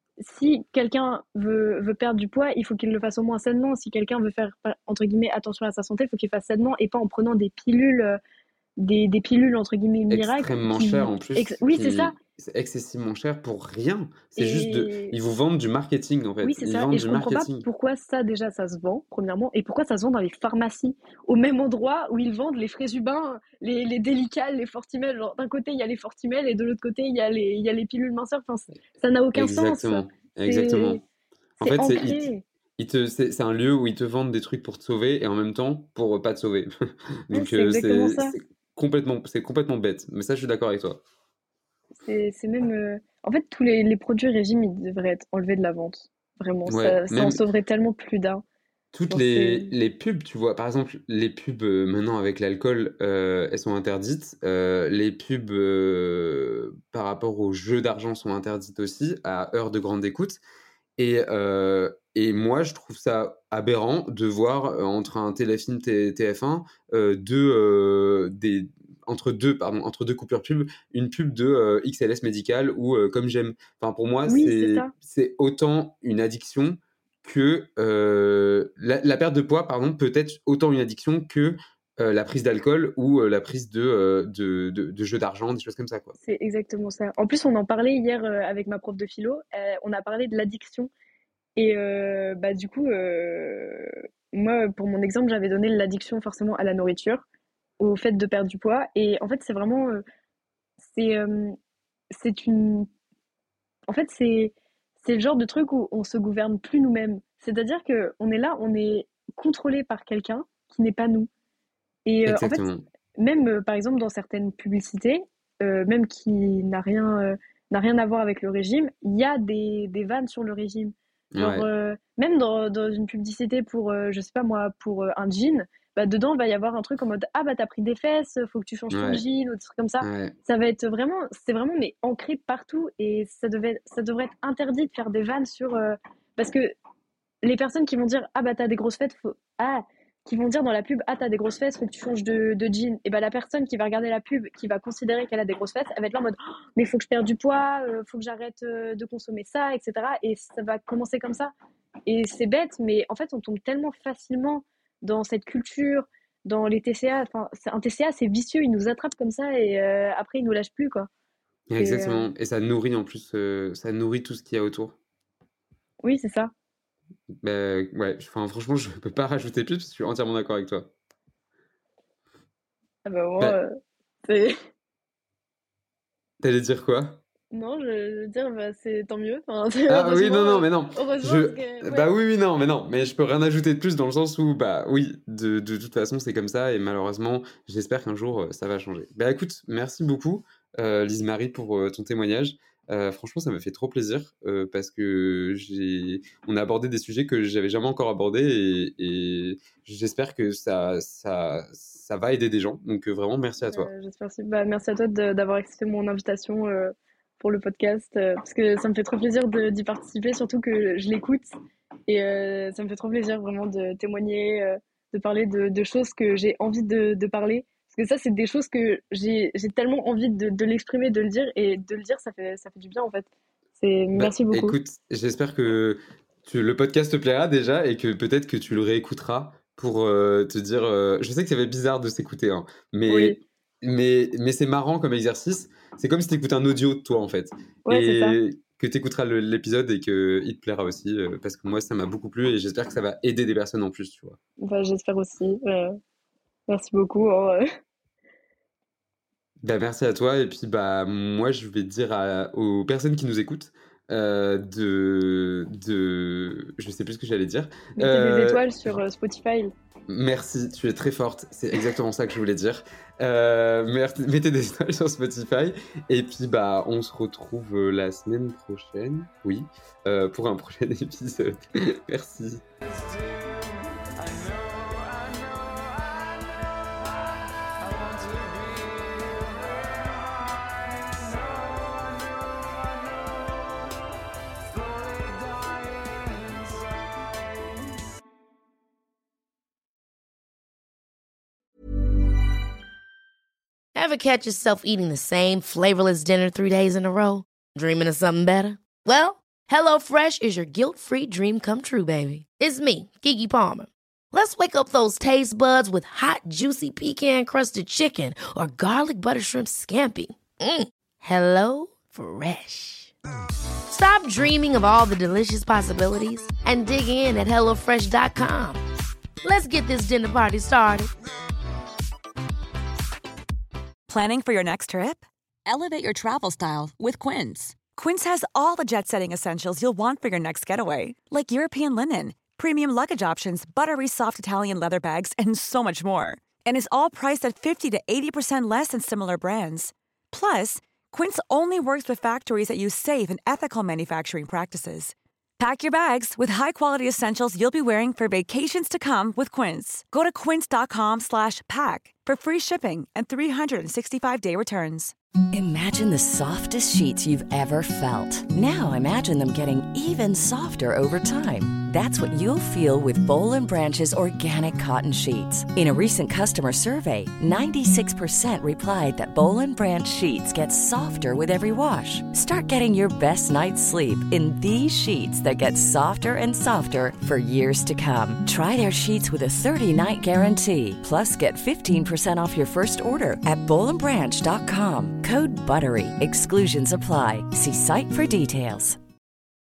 si quelqu'un veut, veut perdre du poids, il faut qu'il le fasse au moins sainement. Si quelqu'un veut faire, entre guillemets, attention à sa santé, il faut qu'il fasse sainement et pas en prenant des pilules. euh, des, des pilules entre guillemets miracles Extrêmement cher qui en ex- plus, oui c'est ça qui c'est excessivement cher pour rien. C'est juste de et ils vous vendent du marketing en oui fait. c'est Ils ça vendent et je du comprends pas marketing. pourquoi ça déjà ça se vend premièrement et pourquoi ça se vend dans les pharmacies au même endroit où ils vendent les Frésubin, les, les Délicales, les Fortimel. Genre d'un côté il y a les Fortimel et de l'autre côté il y a les il y a les pilules minceurs. Enfin c- ça n'a aucun sens. Exactement, c'est exactement. En c'est fait, c'est ils t ancré. ils te c'est c'est un lieu où ils te vendent des trucs pour te sauver et en même temps pour, heu, pas te sauver. Ouais, Donc c'est heu, exactement c'est ça. c'est complètement c'est complètement bête. Mais ça, je suis d'accord avec toi. C'est c'est même euh, en fait tous les, les produits régime ils devraient être enlevés de la vente. Vraiment Ouais, ça ça en même sauverait tellement plus d'un. toutes Genre c'est les les pubs, tu vois? Par exemple, les pubs, heu, maintenant avec l'alcool, heu, elles sont interdites. Heu, les pubs, heu, par rapport aux jeux d'argent sont interdites aussi, à heure de grande écoute et heu et moi, je trouve ça aberrant de voir, heu, entre un téléfilm T TF un, heu, deux, heu, des entre deux, pardon, entre deux coupures pub, une pub de euh, X L S médical ou euh, Comme J'aime. Enfin, pour moi, Oui, c'est c'est, ça. c'est autant une addiction que euh, la, la perte de poids, pardon, peut être autant une addiction que euh, la prise d'alcool ou euh, la prise de, euh, de, de, de jeux d'argent, des choses comme ça, quoi. C'est exactement ça. En plus, on en parlait hier euh, avec ma prof de philo. Euh, on a parlé de l'addiction. Et euh, bah, du coup, euh, moi, pour mon exemple, j'avais donné l'addiction forcément à la nourriture, au fait de perdre du poids. Et en fait, c'est vraiment, euh, c'est, euh, c'est une, en fait, c'est, c'est le genre de truc où on se gouverne plus nous-mêmes. C'est-à-dire que on est là, on est contrôlé par quelqu'un qui n'est pas nous. Et euh, en fait, Exactement. même euh, par exemple dans certaines publicités, euh, même qui n'a rien, euh, n'a rien à voir avec le régime, il y a des, des vannes sur le régime. Genre, Ouais, euh, même dans, dans une publicité pour, euh, je sais pas moi, pour euh, un jean, bah, dedans, il va y avoir un truc en mode, ah bah t'as pris des fesses, faut que tu changes ton ouais, jean, ou des trucs comme ça. ouais. Ça va être vraiment, c'est vraiment mais ancré partout et ça devait, ça devrait être interdit de faire des vannes sur, euh, parce que les personnes qui vont dire ah bah t'as des grosses fesses, faut... ah qui vont dire dans la pub ah t'as des grosses fesses, faut que tu changes de, de jean. Et bah la personne qui va regarder la pub, qui va considérer qu'elle a des grosses fesses, elle va être là en mode oh, mais faut que je perde du poids, euh, faut que j'arrête euh, de consommer ça, et cetera. Et ça va commencer comme ça. Et c'est bête, mais en fait on tombe tellement facilement dans cette culture, dans les T C A. Enfin, c'est- un T C A c'est vicieux, il nous attrape comme ça et euh, après il nous lâche plus quoi. C'est euh, Exactement. Et ça nourrit en plus, euh, ça nourrit tout ce qu'il y a autour. oui c'est ça. Bah, ouais, enfin, franchement, je peux pas rajouter plus parce que je suis entièrement d'accord avec toi. Ah bah moi Bah, euh, c'est t'allais dire quoi? non, je, je veux dire, bah, c'est tant mieux. Enfin, c'est- Ah oui, non, heureusement, non, euh, mais non. heureusement, parce Je... que, Bah ouais, oui, oui, non, mais non. Mais je peux rien ajouter de plus dans le sens où, bah oui, de, de toute façon, c'est comme ça. Et malheureusement, j'espère qu'un jour, euh, ça va changer. Bah écoute, merci beaucoup, euh, Lise-Marie, pour euh, ton témoignage. Euh, franchement, ça m'a fait trop plaisir euh, parce que j'ai... on a abordé des sujets que j'avais jamais encore abordés et, et j'espère que ça, ça, ça va aider des gens. Donc euh, vraiment, merci à toi. euh, j'espère aussi. Bah, merci à toi de- d'avoir accepté mon invitation euh, pour le podcast, euh, parce que ça me fait trop plaisir de- d'y participer, surtout que je l'écoute. Et euh, ça me fait trop plaisir vraiment de témoigner, euh, de parler de, de choses que j'ai envie de, de parler. Parce que ça, c'est des choses que j'ai j'ai tellement envie de, de l'exprimer, de le dire, et de le dire, ça fait, ça fait du bien en fait. C'est... Bah, Merci beaucoup. écoute, j'espère que tu- le podcast te plaira déjà et que peut-être que tu le réécouteras pour euh, te dire. euh, Je sais que ça fait bizarre de s'écouter, hein, mais, Oui, mais, mais c'est marrant comme exercice. C'est comme si tu écoutais un audio de toi en fait. ouais, c'est ça. Et que tu écouteras l'épisode et qu'il te plaira aussi. euh, parce que moi, ça m'a beaucoup plu et j'espère que ça va aider des personnes en plus, tu vois. Bah, j'espère aussi. Euh, merci beaucoup. Hein. Bah, merci à toi. Et puis, bah, moi, je vais dire à- aux personnes qui nous écoutent euh, de, de. Je sais plus ce que j'allais dire. Mettez des Euh, étoiles sur euh, Spotify. Merci, tu es très forte. C'est exactement ça que je voulais dire. Euh, merci- mettez des étoiles sur Spotify. Et puis, bah, on se retrouve euh, la semaine prochaine. Oui, euh, pour un prochain épisode. Merci. Ever catch yourself eating the same flavorless dinner three days in a row? Dreaming of something better? Well, HelloFresh is your guilt-free dream come true, baby. It's me, Keke Palmer. Let's wake up those taste buds with hot, juicy pecan-crusted chicken or garlic butter shrimp scampi. Mm. Hello Fresh. Stop dreaming of all the delicious possibilities and dig in at hello fresh dot com. Let's get this dinner party started. Planning for your next trip? Elevate your travel style with Quince. Quince has all the jet-setting essentials you'll want for your next getaway, like European linen, premium luggage options, buttery soft Italian leather bags, and so much more. And is all priced at fifty to eighty percent less than similar brands. Plus, Quince only works with factories that use safe and ethical manufacturing practices. Pack your bags with high-quality essentials you'll be wearing for vacations to come with Quince. Go to quince dot com slash pack for free shipping and three sixty-five day returns. Imagine the softest sheets you've ever felt. Now imagine them getting even softer over time. That's what you'll feel with Boll and Branch's organic cotton sheets. In a recent customer survey, ninety-six percent replied that Boll and Branch sheets get softer with every wash. Start getting your best night's sleep in these sheets that get softer and softer for years to come. Try their sheets with a thirty-night guarantee. Plus, get fifteen percent off your first order at boll and branch dot com. Code BUTTERY. Exclusions apply. See site for details.